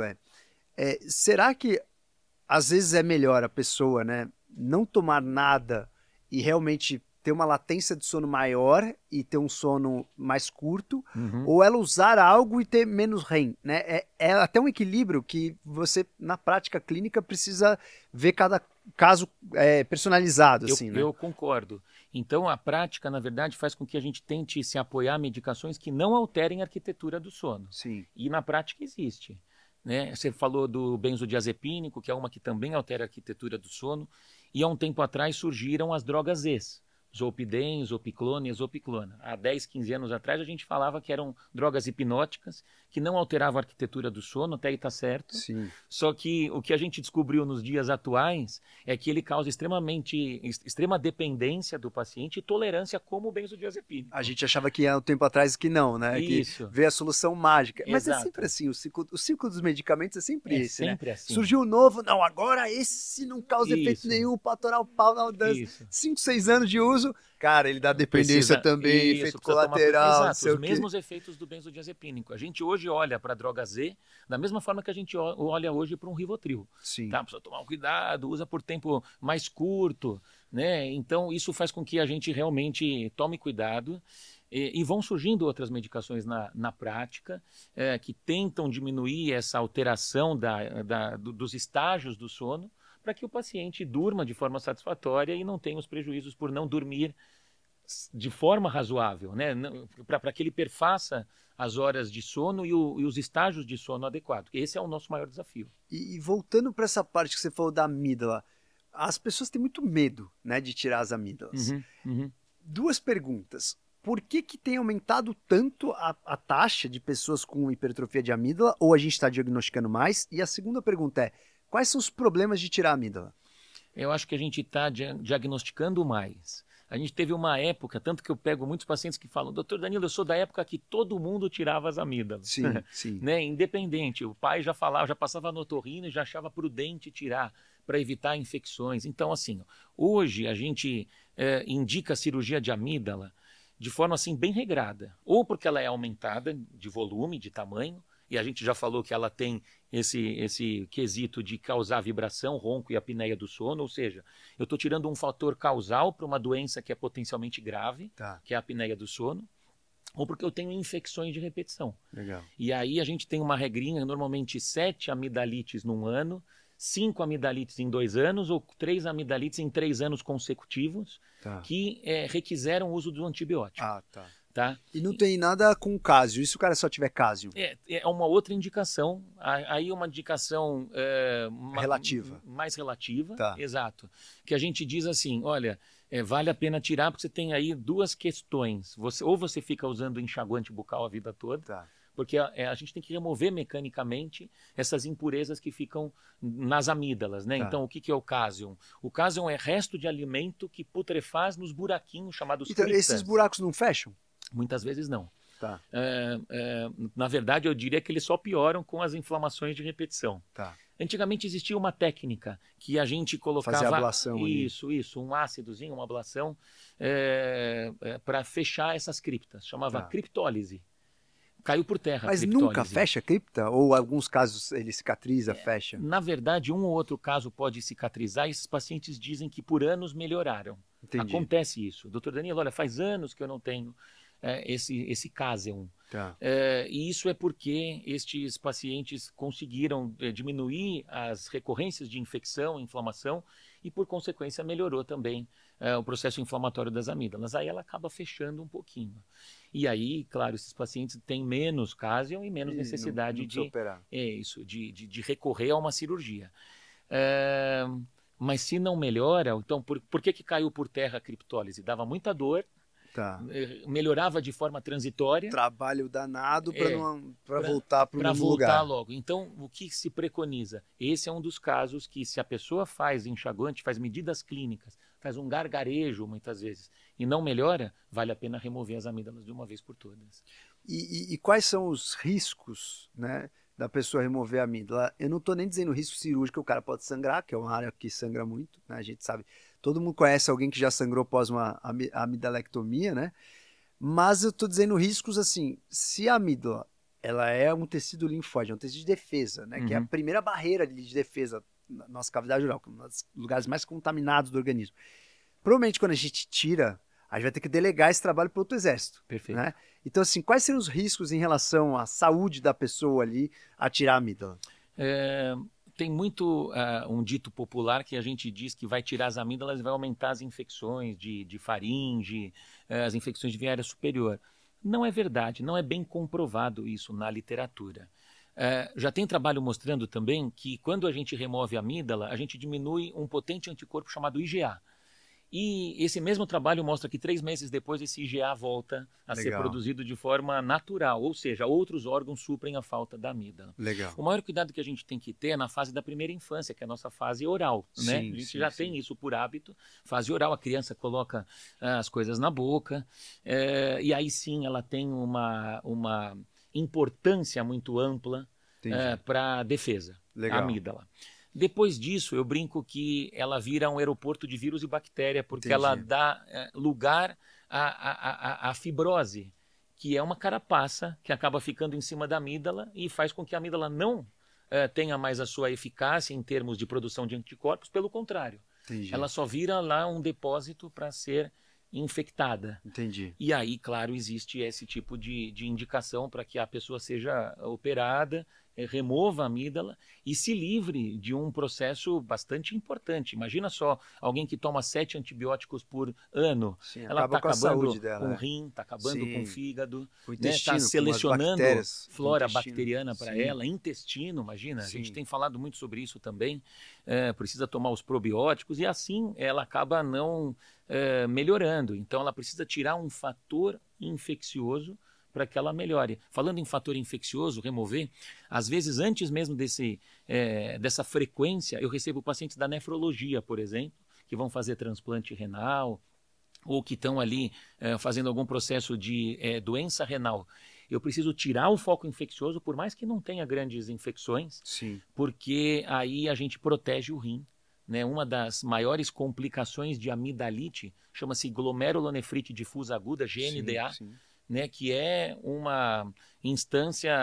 será que às vezes é melhor a pessoa, né, não tomar nada e realmente ter uma latência de sono maior e ter um sono mais curto, ou ela usar algo e ter menos REM, né? É até um equilíbrio que você, na prática clínica, precisa ver cada caso personalizado, assim, né? Eu concordo. Então, a prática, na verdade, faz com que a gente tente se apoiar em medicações que não alterem a arquitetura do sono. Sim. E na prática existe. Né? Você falou do benzodiazepínico, que é uma que também altera a arquitetura do sono, e há um tempo atrás surgiram as drogas Zs. Zolpidem, Zopiclone e Zopiclona. Há 10, 15 anos atrás a gente falava que eram drogas hipnóticas que não alteravam a arquitetura do sono, até aí está certo. Sim. Só que o que a gente descobriu nos dias atuais é que ele causa extrema dependência do paciente e tolerância como o benzodiazepínico. A gente achava que há um tempo atrás que não, né? Isso. Que veio a solução mágica. Mas Exato. é sempre assim, o ciclo dos medicamentos é sempre esse, sempre né? assim. Surgiu um novo, não, agora esse não causa efeito nenhum, para atorar o pau, não, 5, 6 anos de uso, cara, ele dá dependência também, efeito colateral, não sei os mesmos efeitos do benzodiazepínico. A gente hoje olha para a droga Z da mesma forma que a gente olha hoje para um Rivotril. Sim. Tá? Precisa tomar um cuidado, usa por tempo mais curto, né? Então isso faz com que a gente realmente tome cuidado. E vão surgindo outras medicações na prática que tentam diminuir essa alteração dos estágios do sono para que o paciente durma de forma satisfatória e não tenha os prejuízos por não dormir de forma razoável, né? Para que ele perfaça as horas de sono e os estágios de sono adequados. Esse é o nosso maior desafio. E voltando para essa parte que você falou da amígdala, as pessoas têm muito medo, né, de tirar as amígdalas. Duas perguntas. Por que tem aumentado tanto a taxa de pessoas com hipertrofia de amígdala, ou a gente está diagnosticando mais? E a segunda pergunta é, quais são os problemas de tirar a amígdala? Eu acho que a gente está diagnosticando mais. A gente teve uma época, tanto que eu pego muitos pacientes que falam, doutor Danilo, eu sou da época que todo mundo tirava as amígdalas. Sim, sim. Né? Independente, o pai já falava, já passava no otorrino e já achava prudente tirar para evitar infecções. Então, assim, hoje a gente indica a cirurgia de amígdala de forma assim bem regrada, ou porque ela é aumentada de volume, de tamanho, e a gente já falou que ela tem esse quesito de causar vibração, ronco e apneia do sono, ou seja, eu estou tirando um fator causal para uma doença que é potencialmente grave, que é a apneia do sono, ou porque eu tenho infecções de repetição. Legal. E aí a gente tem uma regrinha, normalmente 7 amidalites num ano, 5 amidalites em 2 anos ou 3 amidalites em 3 anos consecutivos, que requiseram o uso do antibiótico. Tá? E não tem nada com cásio, isso o cara só tiver cásio? É uma outra indicação, aí uma indicação relativa. Mais relativa, exato. Que a gente diz assim, olha, vale a pena tirar porque você tem aí 2 questões. Ou você fica usando enxaguante bucal a vida toda, porque a gente tem que remover mecanicamente essas impurezas que ficam nas amígdalas, né? Então, o que é o cásion? O cásion é resto de alimento que putrefaz nos buraquinhos chamados criptas. Então, esses buracos não fecham? Muitas vezes não. Na verdade, eu diria que eles só pioram com as inflamações de repetição. Antigamente existia uma técnica que a gente colocava... Fazer ablação. Isso, um ácidozinho, uma ablação, para fechar essas criptas. Chamava criptólise. Caiu por terra. Mas nunca fecha a cripta? Ou em alguns casos ele cicatriza, fecha? Na verdade, um ou outro caso pode cicatrizar e esses pacientes dizem que por anos melhoraram. Entendi. Acontece isso. Doutor Danilo, olha, faz anos que eu não tenho esse cásion. E isso é porque estes pacientes conseguiram diminuir as recorrências de infecção, inflamação e, por consequência, melhorou também o processo inflamatório das amígdalas. Aí ela acaba fechando um pouquinho. E aí, claro, esses pacientes têm menos cásion e menos necessidade de recorrer a uma cirurgia. Mas se não melhora, então por que caiu por terra a criptólise? Dava muita dor. Melhorava de forma transitória. Trabalho danado para voltar para o mesmo voltar lugar. Logo. Então, o que se preconiza? Esse é um dos casos que, se a pessoa faz enxaguante, faz medidas clínicas, faz um gargarejo muitas vezes e não melhora, vale a pena remover as amígdalas de uma vez por todas. E quais são os riscos, né, da pessoa remover a amígdala? Eu não estou nem dizendo risco cirúrgico, o cara pode sangrar, que é uma área que sangra muito, né? A gente sabe, todo mundo conhece alguém que já sangrou após uma amidalectomia, né? Mas eu estou dizendo riscos assim, se a amígdala, ela é um tecido linfóide, é um tecido de defesa, né? Que é a primeira barreira de defesa na nossa cavidade oral, que é um dos lugares mais contaminados do organismo. Provavelmente quando a gente tira, a gente vai ter que delegar esse trabalho para outro exército. Perfeito. Né? Então, assim, quais seriam os riscos em relação à saúde da pessoa ali a tirar a amígdala? Tem muito um dito popular que a gente diz que vai tirar as amígdalas e vai aumentar as infecções de faringe, as infecções de via aérea superior. Não é verdade, não é bem comprovado isso na literatura. Já tem trabalho mostrando também que quando a gente remove a amígdala, a gente diminui um potente anticorpo chamado IgA. E esse mesmo trabalho mostra que 3 meses depois esse IgA volta a ser produzido de forma natural, ou seja, outros órgãos suprem a falta da amígdala. Legal. O maior cuidado que a gente tem que ter é na fase da primeira infância, que é a nossa fase oral. Né? A gente já tem isso por hábito. Fase oral, a criança coloca as coisas na boca, e aí sim ela tem uma importância muito ampla para a defesa, a amígdala. Depois disso, eu brinco que ela vira um aeroporto de vírus e bactéria, porque ela dá lugar à fibrose, que é uma carapaça que acaba ficando em cima da amígdala e faz com que a amígdala não tenha mais a sua eficácia em termos de produção de anticorpos, pelo contrário. Ela só vira lá um depósito para ser infectada. E aí, claro, existe esse tipo de indicação para que a pessoa seja operada, remova a amígdala e se livre de um processo bastante importante. Imagina só, alguém que toma 7 antibióticos por ano. Ela está acabando com o rim, está acabando com o fígado, está selecionando flora bacteriana para ela, intestino, imagina. A gente tem falado muito sobre isso também. Precisa tomar os probióticos e assim ela acaba não melhorando. Então ela precisa tirar um fator infeccioso para que ela melhore. Falando em fator infeccioso, remover, às vezes antes mesmo dessa frequência, eu recebo pacientes da nefrologia, por exemplo, que vão fazer transplante renal, ou que estão ali fazendo algum processo de doença renal, eu preciso tirar o foco infeccioso, por mais que não tenha grandes infecções, Sim. porque aí a gente protege o rim. Né? Uma das maiores complicações de amidalite chama-se glomerulonefrite difusa aguda, GNDA, Sim, sim. né? Que é uma instância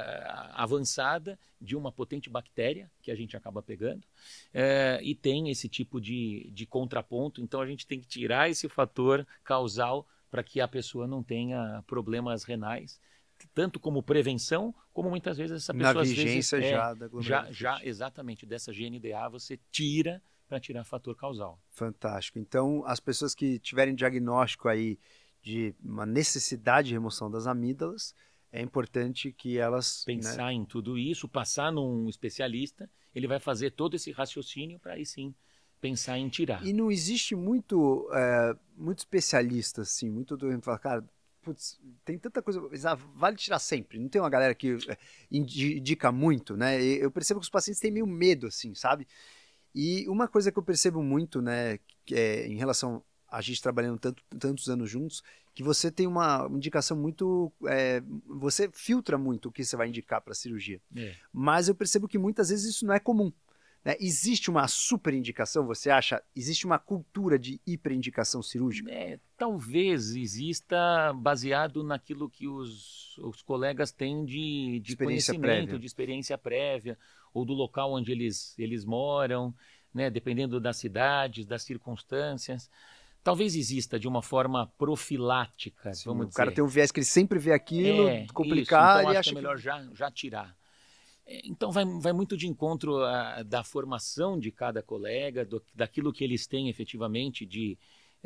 avançada de uma potente bactéria que a gente acaba pegando, e tem esse tipo de contraponto. Então a gente tem que tirar esse fator causal para que a pessoa não tenha problemas renais, tanto como prevenção, como muitas vezes essa pessoa Na vigência às vezes, já da glomerulonefrite. já exatamente dessa GNDA você tira para tirar fator causal. Fantástico. Então, as pessoas que tiverem diagnóstico aí de uma necessidade de remoção das amígdalas, é importante que elas pensar em tudo isso, passar num especialista, ele vai fazer todo esse raciocínio para aí sim pensar em tirar. E não existe muito especialista, assim, muito doente fala, cara, putz, tem tanta coisa, vale tirar sempre. Não tem uma galera que indica muito, né? Eu percebo que os pacientes têm meio medo, assim, sabe? E uma coisa que eu percebo muito, né, em relação a gente trabalhando tantos anos juntos, que você tem uma indicação muito, você filtra muito o que você vai indicar para a cirurgia. Mas eu percebo que muitas vezes isso não é comum. Né? Existe uma superindicação, você acha? Existe uma cultura de hiperindicação cirúrgica? Talvez exista baseado naquilo que os colegas têm de conhecimento, prévia. De experiência prévia, ou do local onde eles moram, né? Dependendo das cidades, das circunstâncias. Talvez exista de uma forma profilática, Sim, vamos dizer. O cara tem um viés que ele sempre vê aquilo, complicar, então ele acha que é melhor já tirar. Então vai muito de encontro da formação de cada colega, daquilo que eles têm efetivamente de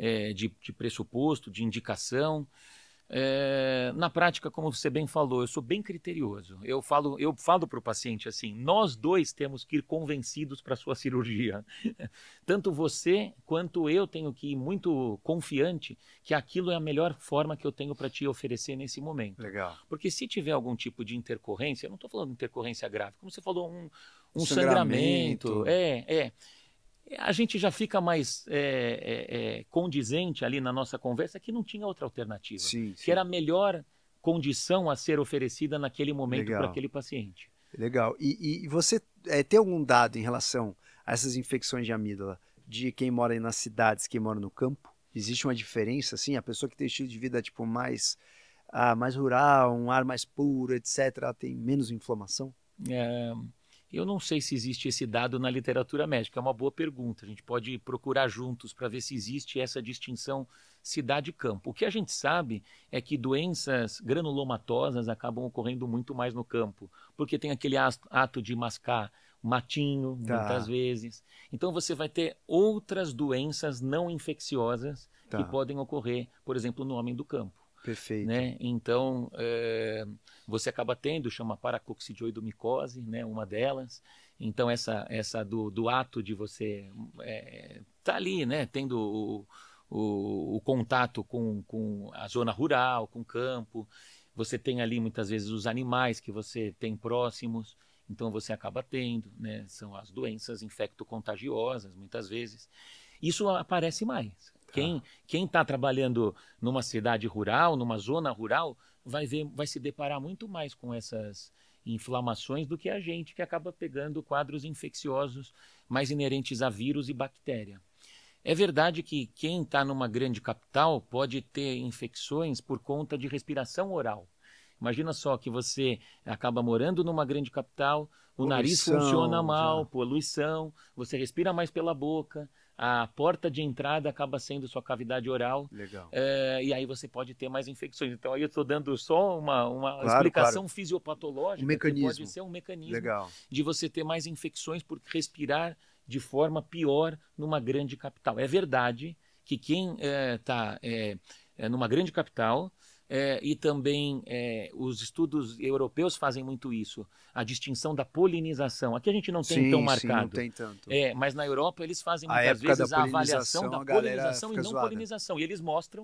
pressuposto, de indicação. Na prática, como você bem falou, eu sou bem criterioso. Eu falo para o paciente assim, nós dois temos que ir convencidos para a sua cirurgia. Tanto você quanto eu tenho que ir muito confiante que aquilo é a melhor forma que eu tenho para te oferecer nesse momento. Legal. Porque se tiver algum tipo de intercorrência, eu não estou falando de intercorrência grave, como você falou, um sangramento. A gente já fica mais condizente ali na nossa conversa que não tinha outra alternativa. Sim. Que era a melhor condição a ser oferecida naquele momento Legal. para aquele paciente. Legal. E você tem algum dado em relação a essas infecções de amígdala de quem mora aí nas cidades, quem mora no campo? Existe uma diferença, assim? A pessoa que tem estilo de vida tipo mais rural, um ar mais puro, etc., ela tem menos inflamação? Eu não sei se existe esse dado na literatura médica, é uma boa pergunta. A gente pode procurar juntos para ver se existe essa distinção cidade-campo. O que a gente sabe é que doenças granulomatosas acabam ocorrendo muito mais no campo, porque tem aquele ato de mascar matinho, muitas vezes. Então você vai ter outras doenças não infecciosas que podem ocorrer, por exemplo, no homem do campo. Perfeito. Né? Então, você acaba tendo, chama paracoccidioidomicose, né? Uma delas. Então, essa do ato de você tá ali, né? Tendo o contato com a zona rural, com o campo. Você tem ali, muitas vezes, os animais que você tem próximos. Então, você acaba tendo, né? São as doenças infecto-contagiosas, muitas vezes. Isso aparece mais. Quem está trabalhando numa cidade rural, numa zona rural, vai se deparar muito mais com essas inflamações do que a gente que acaba pegando quadros infecciosos mais inerentes a vírus e bactéria. É verdade que quem está numa grande capital pode ter infecções por conta de respiração oral. Imagina só que você acaba morando numa grande capital, o nariz funciona mal, poluição, você respira mais pela boca, a porta de entrada acaba sendo sua cavidade oral. Legal. E aí você pode ter mais infecções. Então aí eu estou dando só uma explicação fisiopatológica, mecanismo. Que pode ser um mecanismo Legal. de você ter mais infecções por respirar de forma pior numa grande capital. É verdade que quem está numa grande capital, e também os estudos europeus fazem muito isso, a distinção da polinização. Aqui a gente não tem tão marcado. Sim, não tem tanto. Mas na Europa eles fazem muitas vezes a avaliação da polinização e não zoada. polinização. E eles mostram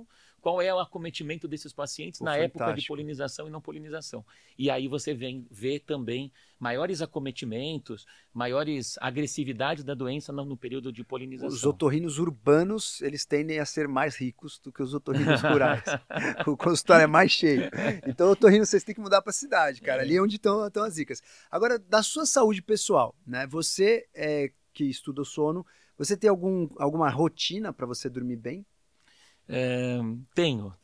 qual é o acometimento desses pacientes na época de fantástico. polinização e não polinização. E aí você vê também maiores acometimentos, maiores agressividades da doença no período de polinização. Os otorrinos urbanos, eles tendem a ser mais ricos do que os otorrinos rurais. O consultório é mais cheio. Então, otorrino, vocês têm que mudar para a cidade, cara. Ali é onde estão as dicas. Agora, da sua saúde pessoal, né? Você que estuda o sono, você tem alguma rotina para você dormir bem? Tenho.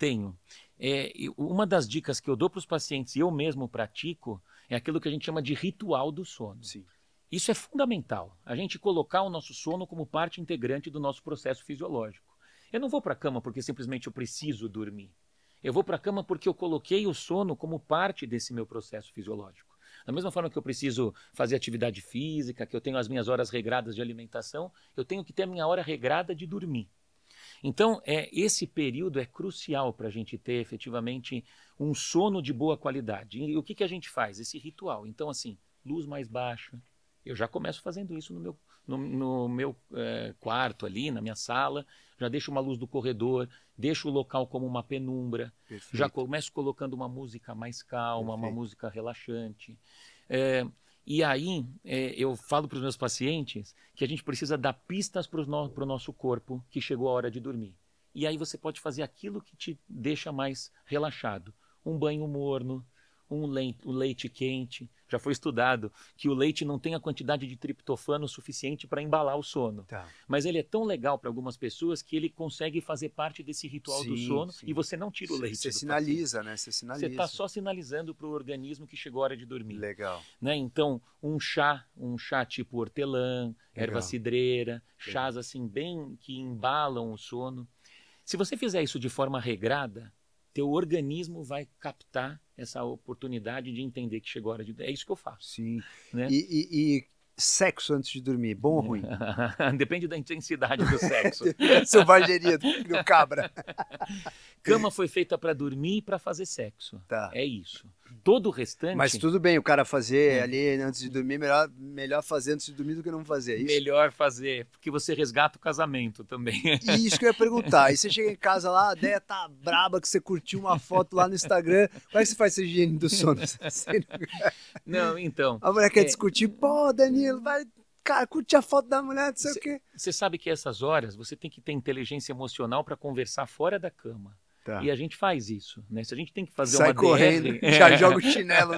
Uma das dicas que eu dou para os pacientes e eu mesmo pratico é aquilo que a gente chama de ritual do sono. Sim. Isso é fundamental, a gente colocar o nosso sono como parte integrante do nosso processo fisiológico. Eu não vou para a cama porque simplesmente eu preciso dormir. Eu vou para a cama porque eu coloquei o sono como parte desse meu processo fisiológico. Da mesma forma que eu preciso fazer atividade física, que eu tenho as minhas horas regradas de alimentação, eu tenho que ter a minha hora regrada de dormir. Então, esse período é crucial para a gente ter efetivamente um sono de boa qualidade. E o que a gente faz? Esse ritual. Então, assim, luz mais baixa. Eu já começo fazendo isso no meu quarto ali, na minha sala. Já deixo uma luz do corredor, deixo o local como uma penumbra. Perfeito. Já começo colocando uma música mais calma, Perfeito. uma música relaxante. E aí, eu falo para os meus pacientes que a gente precisa dar pistas para o nosso corpo que chegou a hora de dormir. E aí você pode fazer aquilo que te deixa mais relaxado. Um banho morno, um leite quente. Já foi estudado que o leite não tem a quantidade de triptofano suficiente para embalar o sono. Tá. Mas ele é tão legal para algumas pessoas que ele consegue fazer parte desse ritual do sono Sim. e você não tira o leite Você do sinaliza, paciente. né? Você sinaliza. Você está só sinalizando para o organismo que chegou a hora de dormir. Legal. Né? Então, um chá tipo hortelã, erva cidreira, chás assim bem que embalam o sono. Se você fizer isso de forma regrada, teu organismo vai captar essa oportunidade de entender que chegou a hora de... É isso que eu faço. Sim. Né? E sexo antes de dormir, bom ou ruim? Depende da intensidade do sexo. Selvageria do cabra. Cama foi feita para dormir e para fazer sexo. Tá. É isso. Todo o restante... Mas tudo bem, o cara fazer ali antes de dormir, melhor fazer antes de dormir do que não fazer, é isso? Melhor fazer, porque você resgata o casamento também. E isso que eu ia perguntar. Aí você chega em casa lá, a ideia tá braba, que você curtiu uma foto lá no Instagram. Como é que você faz essa higiene do sono? Não, então... A mulher quer discutir, pô, Danilo, vai... Cara, curte a foto da mulher, não sei o quê. Você sabe que essas horas você tem que ter inteligência emocional para conversar fora da cama. Tá. E a gente faz isso, né? Se a gente tem que fazer Sai uma correndo, DR, já joga o chinelo.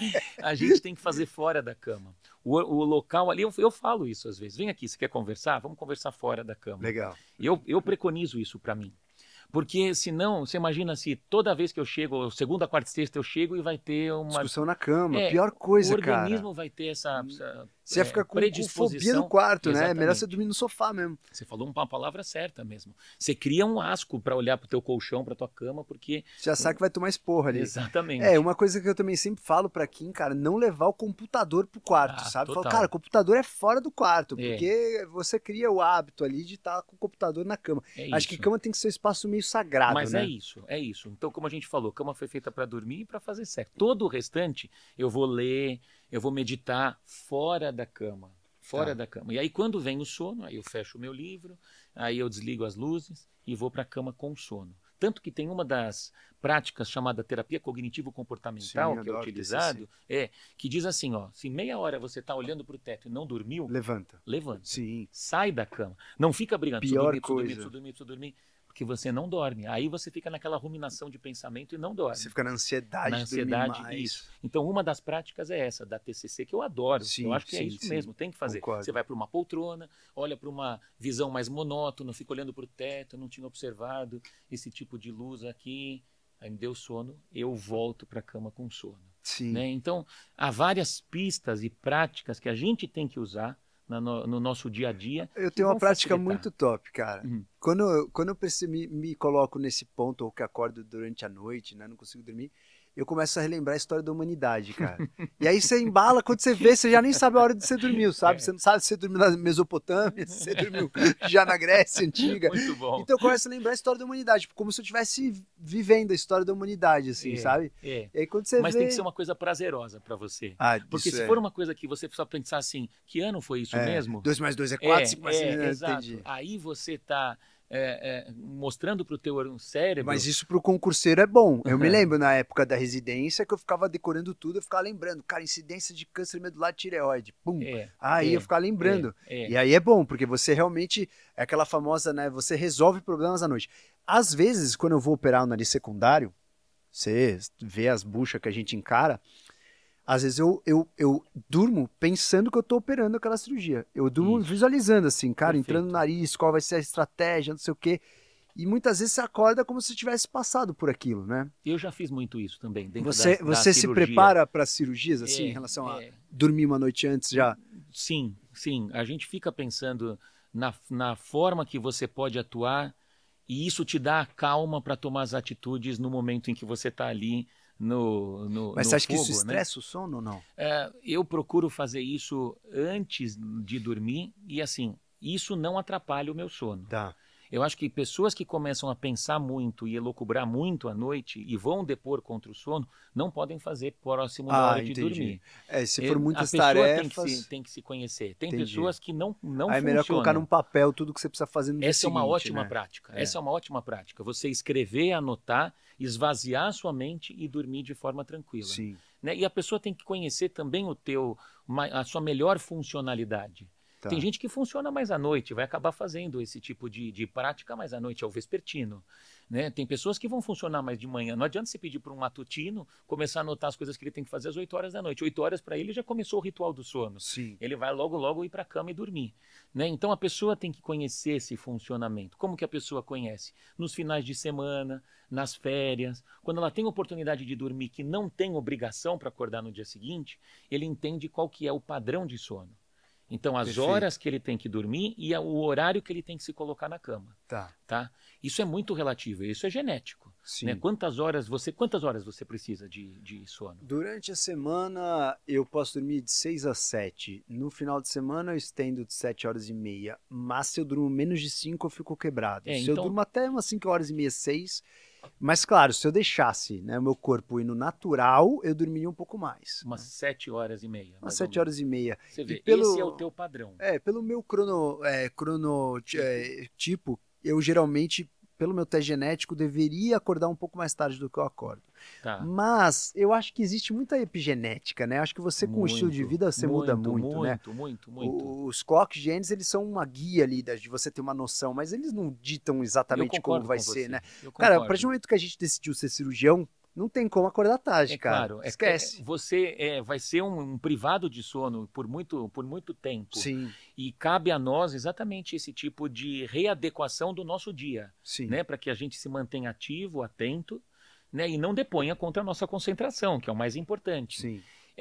a gente tem que fazer fora da cama. O local ali, eu falo isso às vezes. Vem aqui, você quer conversar? Vamos conversar fora da cama. Legal. Eu preconizo isso para mim. Porque senão, você imagina se toda vez que eu chego, segunda, quarta e sexta eu chego e vai ter uma... Discussão na cama, pior coisa, cara. O organismo vai ter essa você ia ficar com fobia no quarto, né? É melhor você dormir no sofá mesmo. Você falou uma palavra certa mesmo. Você cria um asco para olhar pro teu colchão, pra tua cama, porque... Você já sabe que vai tomar esporra ali. Exatamente. Uma coisa que eu também sempre falo pra Kim, cara, não levar o computador pro quarto, sabe? Total. Falo, cara, o computador é fora do quarto, porque você cria o hábito ali de estar com o computador na cama. Acho que cama tem que ser um espaço meio sagrado, mas né? É isso. Então, como a gente falou, cama foi feita para dormir e para fazer sexo. Todo o restante, eu vou ler, eu vou meditar fora da cama. Fora da cama. E aí, quando vem o sono, aí eu fecho o meu livro, aí eu desligo as luzes e vou para a cama com sono. Tanto que tem uma das práticas chamada terapia cognitivo-comportamental, que é utilizado, que diz assim, ó, se meia hora você está olhando para o teto e não dormiu, levanta. Sim. Sai da cama. Não fica brigando, preciso dormir. Porque você não dorme. Aí você fica naquela ruminação de pensamento e não dorme. Você fica na ansiedade de dormir mais. Isso. Então, uma das práticas é essa, da TCC, que eu adoro. Sim, eu acho que é isso mesmo, tem que fazer. Concordo. Você vai para uma poltrona, olha para uma visão mais monótona, fica olhando para o teto, não tinha observado esse tipo de luz aqui, aí me deu sono, eu volto para a cama com sono. Sim. Né? Então, há várias pistas e práticas que a gente tem que usar no nosso dia a dia. Eu tenho uma prática muito top, cara. Quando eu me coloco nesse ponto, ou que acordo durante a noite, né, não consigo dormir, eu começo a relembrar a história da humanidade, cara. E aí você embala, quando você vê, você já nem sabe a hora que você dormiu, sabe? Você não sabe se você dormiu na Mesopotâmia, se você dormiu já na Grécia Antiga. Muito bom. Então eu começo a lembrar a história da humanidade, como se eu estivesse vivendo a história da humanidade, assim, sabe? E aí quando você Mas tem que ser uma coisa prazerosa pra você. Porque se for uma coisa que você precisa pensar assim, que ano foi isso mesmo? 2 mais 2 é 4, 5 mais 6, exato. entendi. Aí você tá mostrando para o teu cérebro... Mas isso para o concurseiro é bom. Eu me lembro na época da residência que eu ficava decorando tudo, eu ficava lembrando, cara, incidência de câncer medular de tireoide, pum. Aí eu ficava lembrando. E aí é bom, porque você realmente, é aquela famosa, né, você resolve problemas à noite. Às vezes, quando eu vou operar o nariz secundário, você vê as buchas que a gente encara, às vezes eu durmo pensando que eu tô operando aquela cirurgia. Eu durmo visualizando assim, cara, entrando no nariz, qual vai ser a estratégia, não sei o quê. E muitas vezes você acorda como se tivesse passado por aquilo, né? Eu já fiz muito isso também. Você se prepara para cirurgias, assim, em relação a dormir uma noite antes já? Sim. A gente fica pensando na forma que você pode atuar e isso te dá a calma para tomar as atitudes no momento em que você está ali Mas você acha que isso né? estressa o sono ou não? Eu procuro fazer isso antes de dormir e assim, isso não atrapalha o meu sono. Tá. Eu acho que pessoas que começam a pensar muito e elocubrar muito à noite e vão depor contra o sono, não podem fazer próximo da hora de dormir. Se for muitas tarefas... tem que se conhecer. Tem pessoas que não funcionam. Aí é melhor colocar num papel tudo que você precisa fazer no dia seguinte. Essa é uma ótima prática. Essa é uma ótima prática. Você escrever, anotar, esvaziar a sua mente e dormir de forma tranquila. Sim. Né? E a pessoa tem que conhecer também a sua melhor funcionalidade. Tá. Tem gente que funciona mais à noite, vai acabar fazendo esse tipo de prática mais à noite, é o vespertino. Né? Tem pessoas que vão funcionar mais de manhã. Não adianta você pedir para um matutino começar a anotar as coisas que ele tem que fazer às 8 horas da noite. 8 horas para ele já começou o ritual do sono. Sim. Ele vai logo ir para a cama e dormir. Né? Então a pessoa tem que conhecer esse funcionamento. Como que a pessoa conhece? Nos finais de semana, nas férias, quando ela tem oportunidade de dormir que não tem obrigação para acordar no dia seguinte, ele entende qual que é o padrão de sono. Então, as horas que ele tem que dormir e o horário que ele tem que se colocar na cama. Tá? Isso é muito relativo, isso é genético. Né? Quantas horas você precisa de sono? Durante a semana, eu posso dormir de 6 a 7. No final de semana, eu estendo de 7 horas e meia. Mas se eu durmo menos de 5, eu fico quebrado. Se eu durmo até umas 5 horas e meia, 6... Mas claro, se eu deixasse, né, o meu corpo ir no natural, eu dormiria um pouco mais. Umas 7 horas e meia. Umas 7 horas e meia. Você vê, esse é o teu padrão. Pelo meu cronotipo, eu geralmente, pelo meu teste genético, deveria acordar um pouco mais tarde do que eu acordo. Tá. Mas eu acho que existe muita epigenética, né? Acho que você com o estilo de vida você muda muito, né? Muito. Os clock genes, eles são uma guia ali de você ter uma noção, mas eles não ditam exatamente como vai ser, né? Cara, a partir do momento que a gente decidiu ser cirurgião, não tem como acordar tarde, cara. Claro, esquece. Você vai ser um privado de sono por muito tempo. Sim. E cabe a nós exatamente esse tipo de readequação do nosso dia. Sim. Né? Para que a gente se mantenha ativo, atento, né? E não deponha contra a nossa concentração, que é o mais importante. Sim.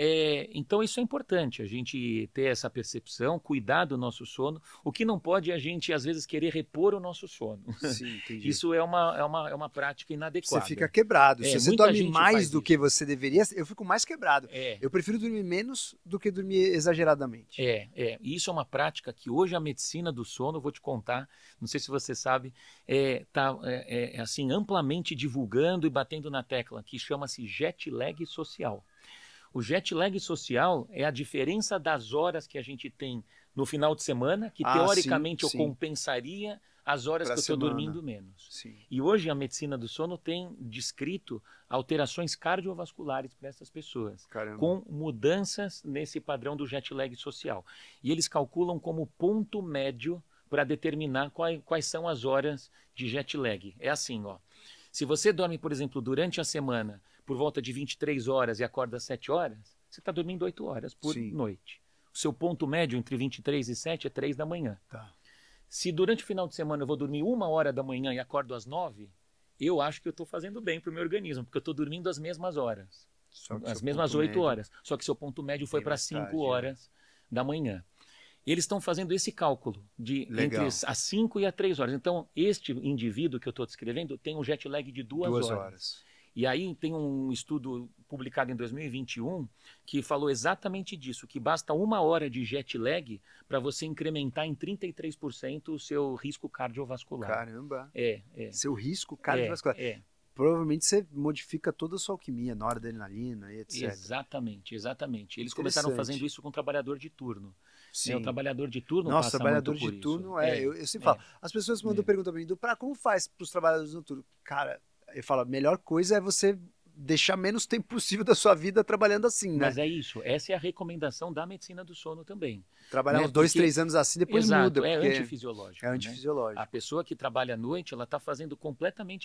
Então isso é importante, a gente ter essa percepção, cuidar do nosso sono. O que não pode é a gente, às vezes, querer repor o nosso sono. Sim, entendi. Isso é uma prática inadequada. Você fica quebrado. Se você dorme mais do que isso. você deveria, eu fico mais quebrado. Eu prefiro dormir menos do que dormir exageradamente. E isso é uma prática que hoje a medicina do sono, vou te contar, não sei se você sabe, está assim, amplamente divulgando e batendo na tecla, que chama-se jet lag social. O jet lag social é a diferença das horas que a gente tem no final de semana, que teoricamente eu compensaria as horas que eu estou dormindo menos. Sim. E hoje a medicina do sono tem descrito alterações cardiovasculares para essas pessoas, com mudanças nesse padrão do jet lag social. E eles calculam como ponto médio para determinar quais são as horas de jet lag. É assim, ó. Se você dorme, por exemplo, durante a semana por volta de 23 horas e acorda às 7 horas, você está dormindo 8 horas por noite. O seu ponto médio entre 23 e 7 é 3 da manhã. Tá. Se durante o final de semana eu vou dormir 1 hora da manhã e acordo às 9, eu acho que eu estou fazendo bem para o meu organismo, porque eu estou dormindo as mesmas horas. As mesmas 8 horas. Só que seu ponto médio foi para 5 horas da manhã. Eles estão fazendo esse cálculo entre as 5 e as 3 horas. Então, este indivíduo que eu estou descrevendo tem um jet lag de 2 horas. E aí tem um estudo publicado em 2021 que falou exatamente disso, que basta 1 hora de jet lag para você incrementar em 33% o seu risco cardiovascular. Caramba! Seu risco cardiovascular. Provavelmente você modifica toda a sua alquimia, noradrenalina e etc. Exatamente. Eles começaram fazendo isso com o trabalhador de turno. Sim. Né? O trabalhador de turno Nossa, passa trabalhador muito por de isso. turno, eu sempre falo. As pessoas mandam pergunta pra mim, como faz pros trabalhadores noturnos? Cara, eu falo, a melhor coisa é você deixar menos tempo possível da sua vida trabalhando assim, né? Mas é isso, essa é a recomendação da medicina do sono também. Trabalhar Né? uns 2, 3 anos assim, depois muda. É porque antifisiológico. É antifisiológico. Né? A pessoa que trabalha à noite, ela está fazendo completamente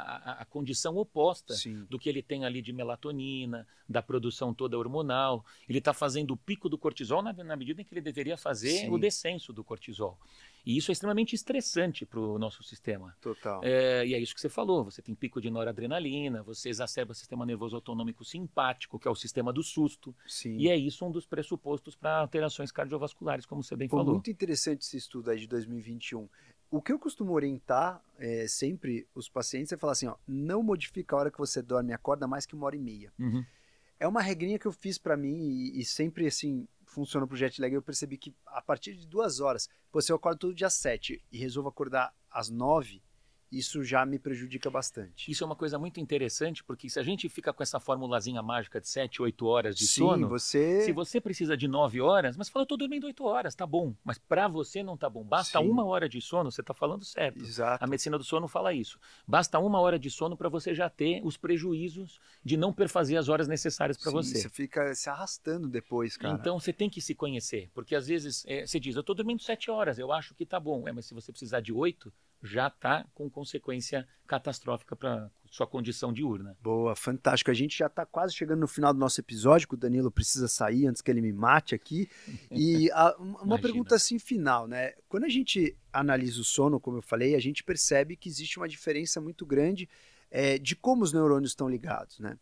a condição oposta Sim. do que ele tem ali de melatonina, da produção toda hormonal. Ele está fazendo o pico do cortisol na medida em que ele deveria fazer o descenso do cortisol. E isso é extremamente estressante para o nosso sistema. Total. E é isso que você falou, você tem pico de noradrenalina, você exacerba o sistema nervoso autonômico simpático, que é o sistema do susto. Sim. E é isso um dos pressupostos para alterações cardiovasculares, como você bem falou. Muito interessante esse estudo aí de 2021. O que eu costumo orientar sempre os pacientes é falar assim, ó, não modifica a hora que você dorme e acorda mais que 1h30. Uhum. É uma regrinha que eu fiz para mim e sempre assim funciona pro jet lag. Eu percebi que a partir de 2 horas, se eu acordo todo dia às 7 e resolvo acordar às 9, isso já me prejudica bastante. Isso é uma coisa muito interessante, porque se a gente fica com essa formulazinha mágica de 7, 8 horas de Sim, sono, se você precisa de 9 horas, mas fala, eu tô dormindo 8 horas, tá bom. Mas para você não tá bom. Basta 1 hora de sono, você tá falando certo. Exato. A medicina do sono fala isso. Basta 1 hora de sono para você já ter os prejuízos de não perfazer as horas necessárias para você. Você fica se arrastando depois, cara. Então você tem que se conhecer, porque às vezes você diz, eu tô dormindo 7 horas, eu acho que tá bom. Mas se você precisar de 8, já está com consequência catastrófica para sua condição diurna. Boa, fantástico. A gente já está quase chegando no final do nosso episódio, que o Danilo precisa sair antes que ele me mate aqui. E uma pergunta assim final, né? Quando a gente analisa o sono, como eu falei, a gente percebe que existe uma diferença muito grande de como os neurônios estão ligados, né?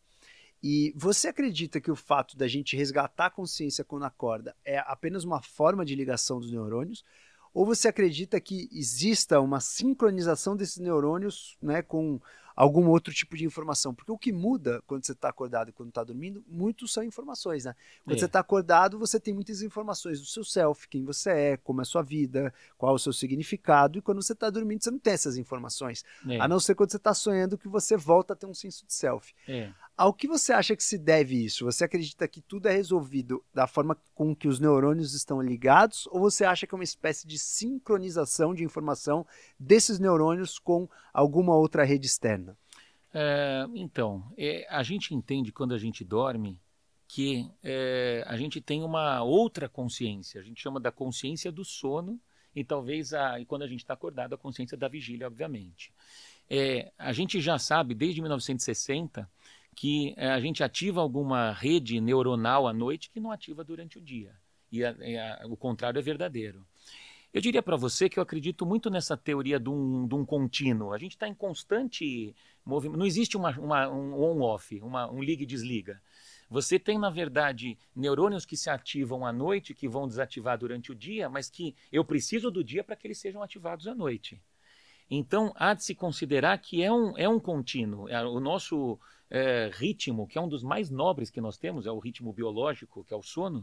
E você acredita que o fato da gente resgatar a consciência quando acorda é apenas uma forma de ligação dos neurônios? Ou você acredita que exista uma sincronização desses neurônios, né, com algum outro tipo de informação? Porque o que muda quando você está acordado e quando está dormindo, muito são informações, né? Quando você está acordado, você tem muitas informações do seu self, quem você é, como é a sua vida, qual é o seu significado. E quando você está dormindo, você não tem essas informações. A não ser quando você está sonhando que você volta a ter um senso de self. Ao que você acha que se deve isso? Você acredita que tudo é resolvido da forma com que os neurônios estão ligados? Ou você acha que é uma espécie de sincronização de informação desses neurônios com alguma outra rede externa? A gente entende quando a gente dorme que a gente tem uma outra consciência. A gente chama da consciência do sono e talvez quando a gente está acordado, a consciência da vigília, obviamente. A gente já sabe, desde 1960, que a gente ativa alguma rede neuronal à noite que não ativa durante o dia. E o contrário é verdadeiro. Eu diria para você que eu acredito muito nessa teoria de um contínuo. A gente está em constante movimento. Não existe um on-off, um liga e desliga. Você tem, na verdade, neurônios que se ativam à noite, que vão desativar durante o dia, mas que eu preciso do dia para que eles sejam ativados à noite. Então, há de se considerar que é um contínuo. O nosso ritmo, que é um dos mais nobres que nós temos, é o ritmo biológico, que é o sono,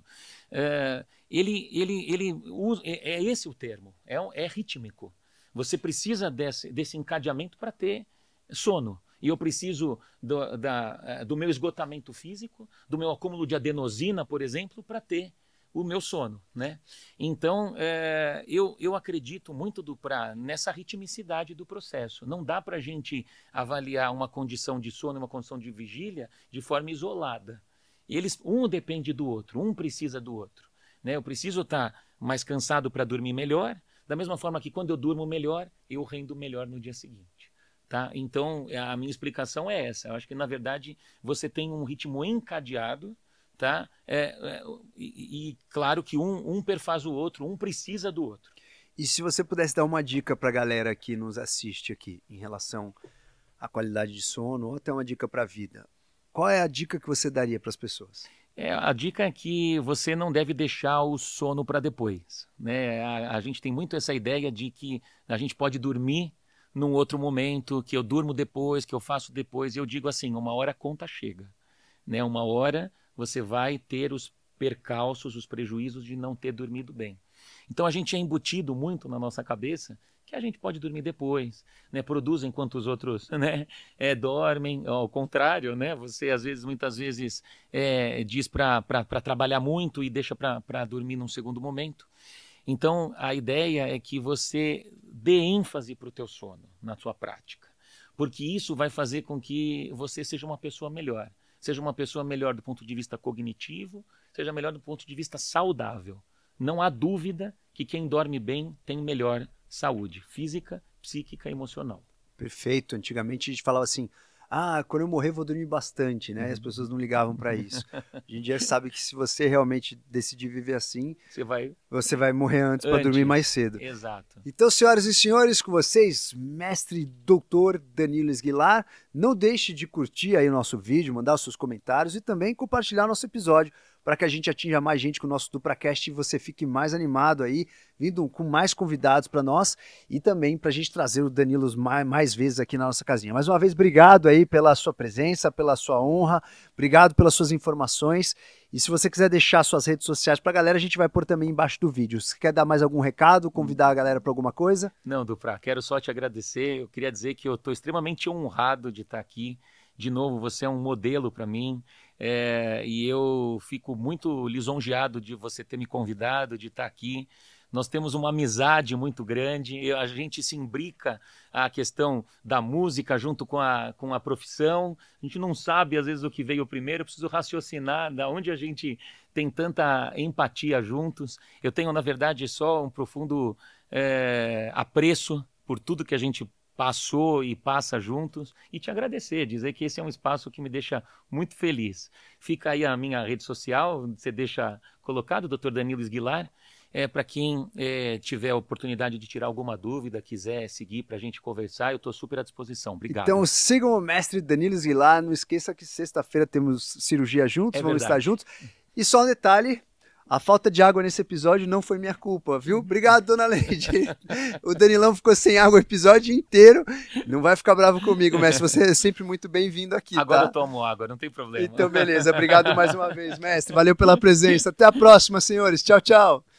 ele usa, é esse o termo, é rítmico. Você precisa desse encadeamento para ter sono. E eu preciso do meu esgotamento físico, do meu acúmulo de adenosina, por exemplo, para ter o meu sono, né? Então, eu acredito muito nessa ritmicidade do processo. Não dá para a gente avaliar uma condição de sono e uma condição de vigília de forma isolada. Um depende do outro, um precisa do outro, né? Eu preciso estar mais cansado para dormir melhor, da mesma forma que quando eu durmo melhor, eu rendo melhor no dia seguinte. Tá? Então, a minha explicação é essa. Eu acho que, na verdade, você tem um ritmo encadeado, tá? E claro que um perfaz o outro, um precisa do outro. E se você pudesse dar uma dica para a galera que nos assiste aqui em relação à qualidade de sono ou até uma dica para a vida, qual é a dica que você daria para as pessoas? A dica é que você não deve deixar o sono para depois, né? A gente tem muito essa ideia de que a gente pode dormir num outro momento, que eu durmo depois, que eu faço depois. Eu digo assim, uma hora a conta chega, né? Uma hora você vai ter os percalços, os prejuízos de não ter dormido bem. Então a gente é embutido muito na nossa cabeça que a gente pode dormir depois, né? Produz enquanto os outros, né, dormem, ao contrário, né? Você muitas vezes diz para trabalhar muito e deixa para dormir num segundo momento. Então a ideia é que você dê ênfase para o teu sono na sua prática, porque isso vai fazer com que você seja uma pessoa melhor. Seja uma pessoa melhor do ponto de vista cognitivo, seja melhor do ponto de vista saudável. Não há dúvida que quem dorme bem tem melhor saúde física, psíquica e emocional. Perfeito. Antigamente a gente falava assim, quando eu morrer vou dormir bastante, né? As pessoas não ligavam para isso. Hoje em dia sabe que se você realmente decidir viver assim, você vai morrer antes para dormir mais cedo. Exato. Então, senhoras e senhores, com vocês, mestre doutor Danilo Esguilar, não deixe de curtir aí o nosso vídeo, mandar os seus comentários e também compartilhar nosso episódio para que a gente atinja mais gente com o nosso DupraCast e você fique mais animado aí, vindo com mais convidados para nós e também para a gente trazer o Danilo mais vezes aqui na nossa casinha. Mais uma vez, obrigado aí pela sua presença, pela sua honra, obrigado pelas suas informações e se você quiser deixar suas redes sociais para a galera, a gente vai pôr também embaixo do vídeo. Se quer dar mais algum recado, convidar a galera para alguma coisa? Não, Dupra, quero só te agradecer, eu queria dizer que eu estou extremamente honrado de estar aqui. De novo, você é um modelo para mim e eu fico muito lisonjeado de você ter me convidado, de estar aqui. Nós temos uma amizade muito grande, a gente se imbrica a questão da música junto com a profissão. A gente não sabe, às vezes, o que veio primeiro, eu preciso raciocinar de onde a gente tem tanta empatia juntos. Eu tenho, na verdade, só um profundo apreço por tudo que a gente passou e passa juntos e te agradecer, dizer que esse é um espaço que me deixa muito feliz. Fica aí a minha rede social, você deixa colocado, Dr. Danilo Esguilar, para quem tiver a oportunidade de tirar alguma dúvida, quiser seguir para a gente conversar, eu estou super à disposição. Obrigado. Então sigam o mestre Danilo Esguilar, não esqueça que sexta-feira temos cirurgia juntos, vamos estar juntos. E só um detalhe, a falta de água nesse episódio não foi minha culpa, viu? Obrigado, dona Leide. O Danilão ficou sem água o episódio inteiro. Não vai ficar bravo comigo, mestre. Você é sempre muito bem-vindo aqui, Agora tá? eu tomo água, não tem problema. Então, beleza. Obrigado mais uma vez, mestre. Valeu pela presença. Até a próxima, senhores. Tchau, tchau.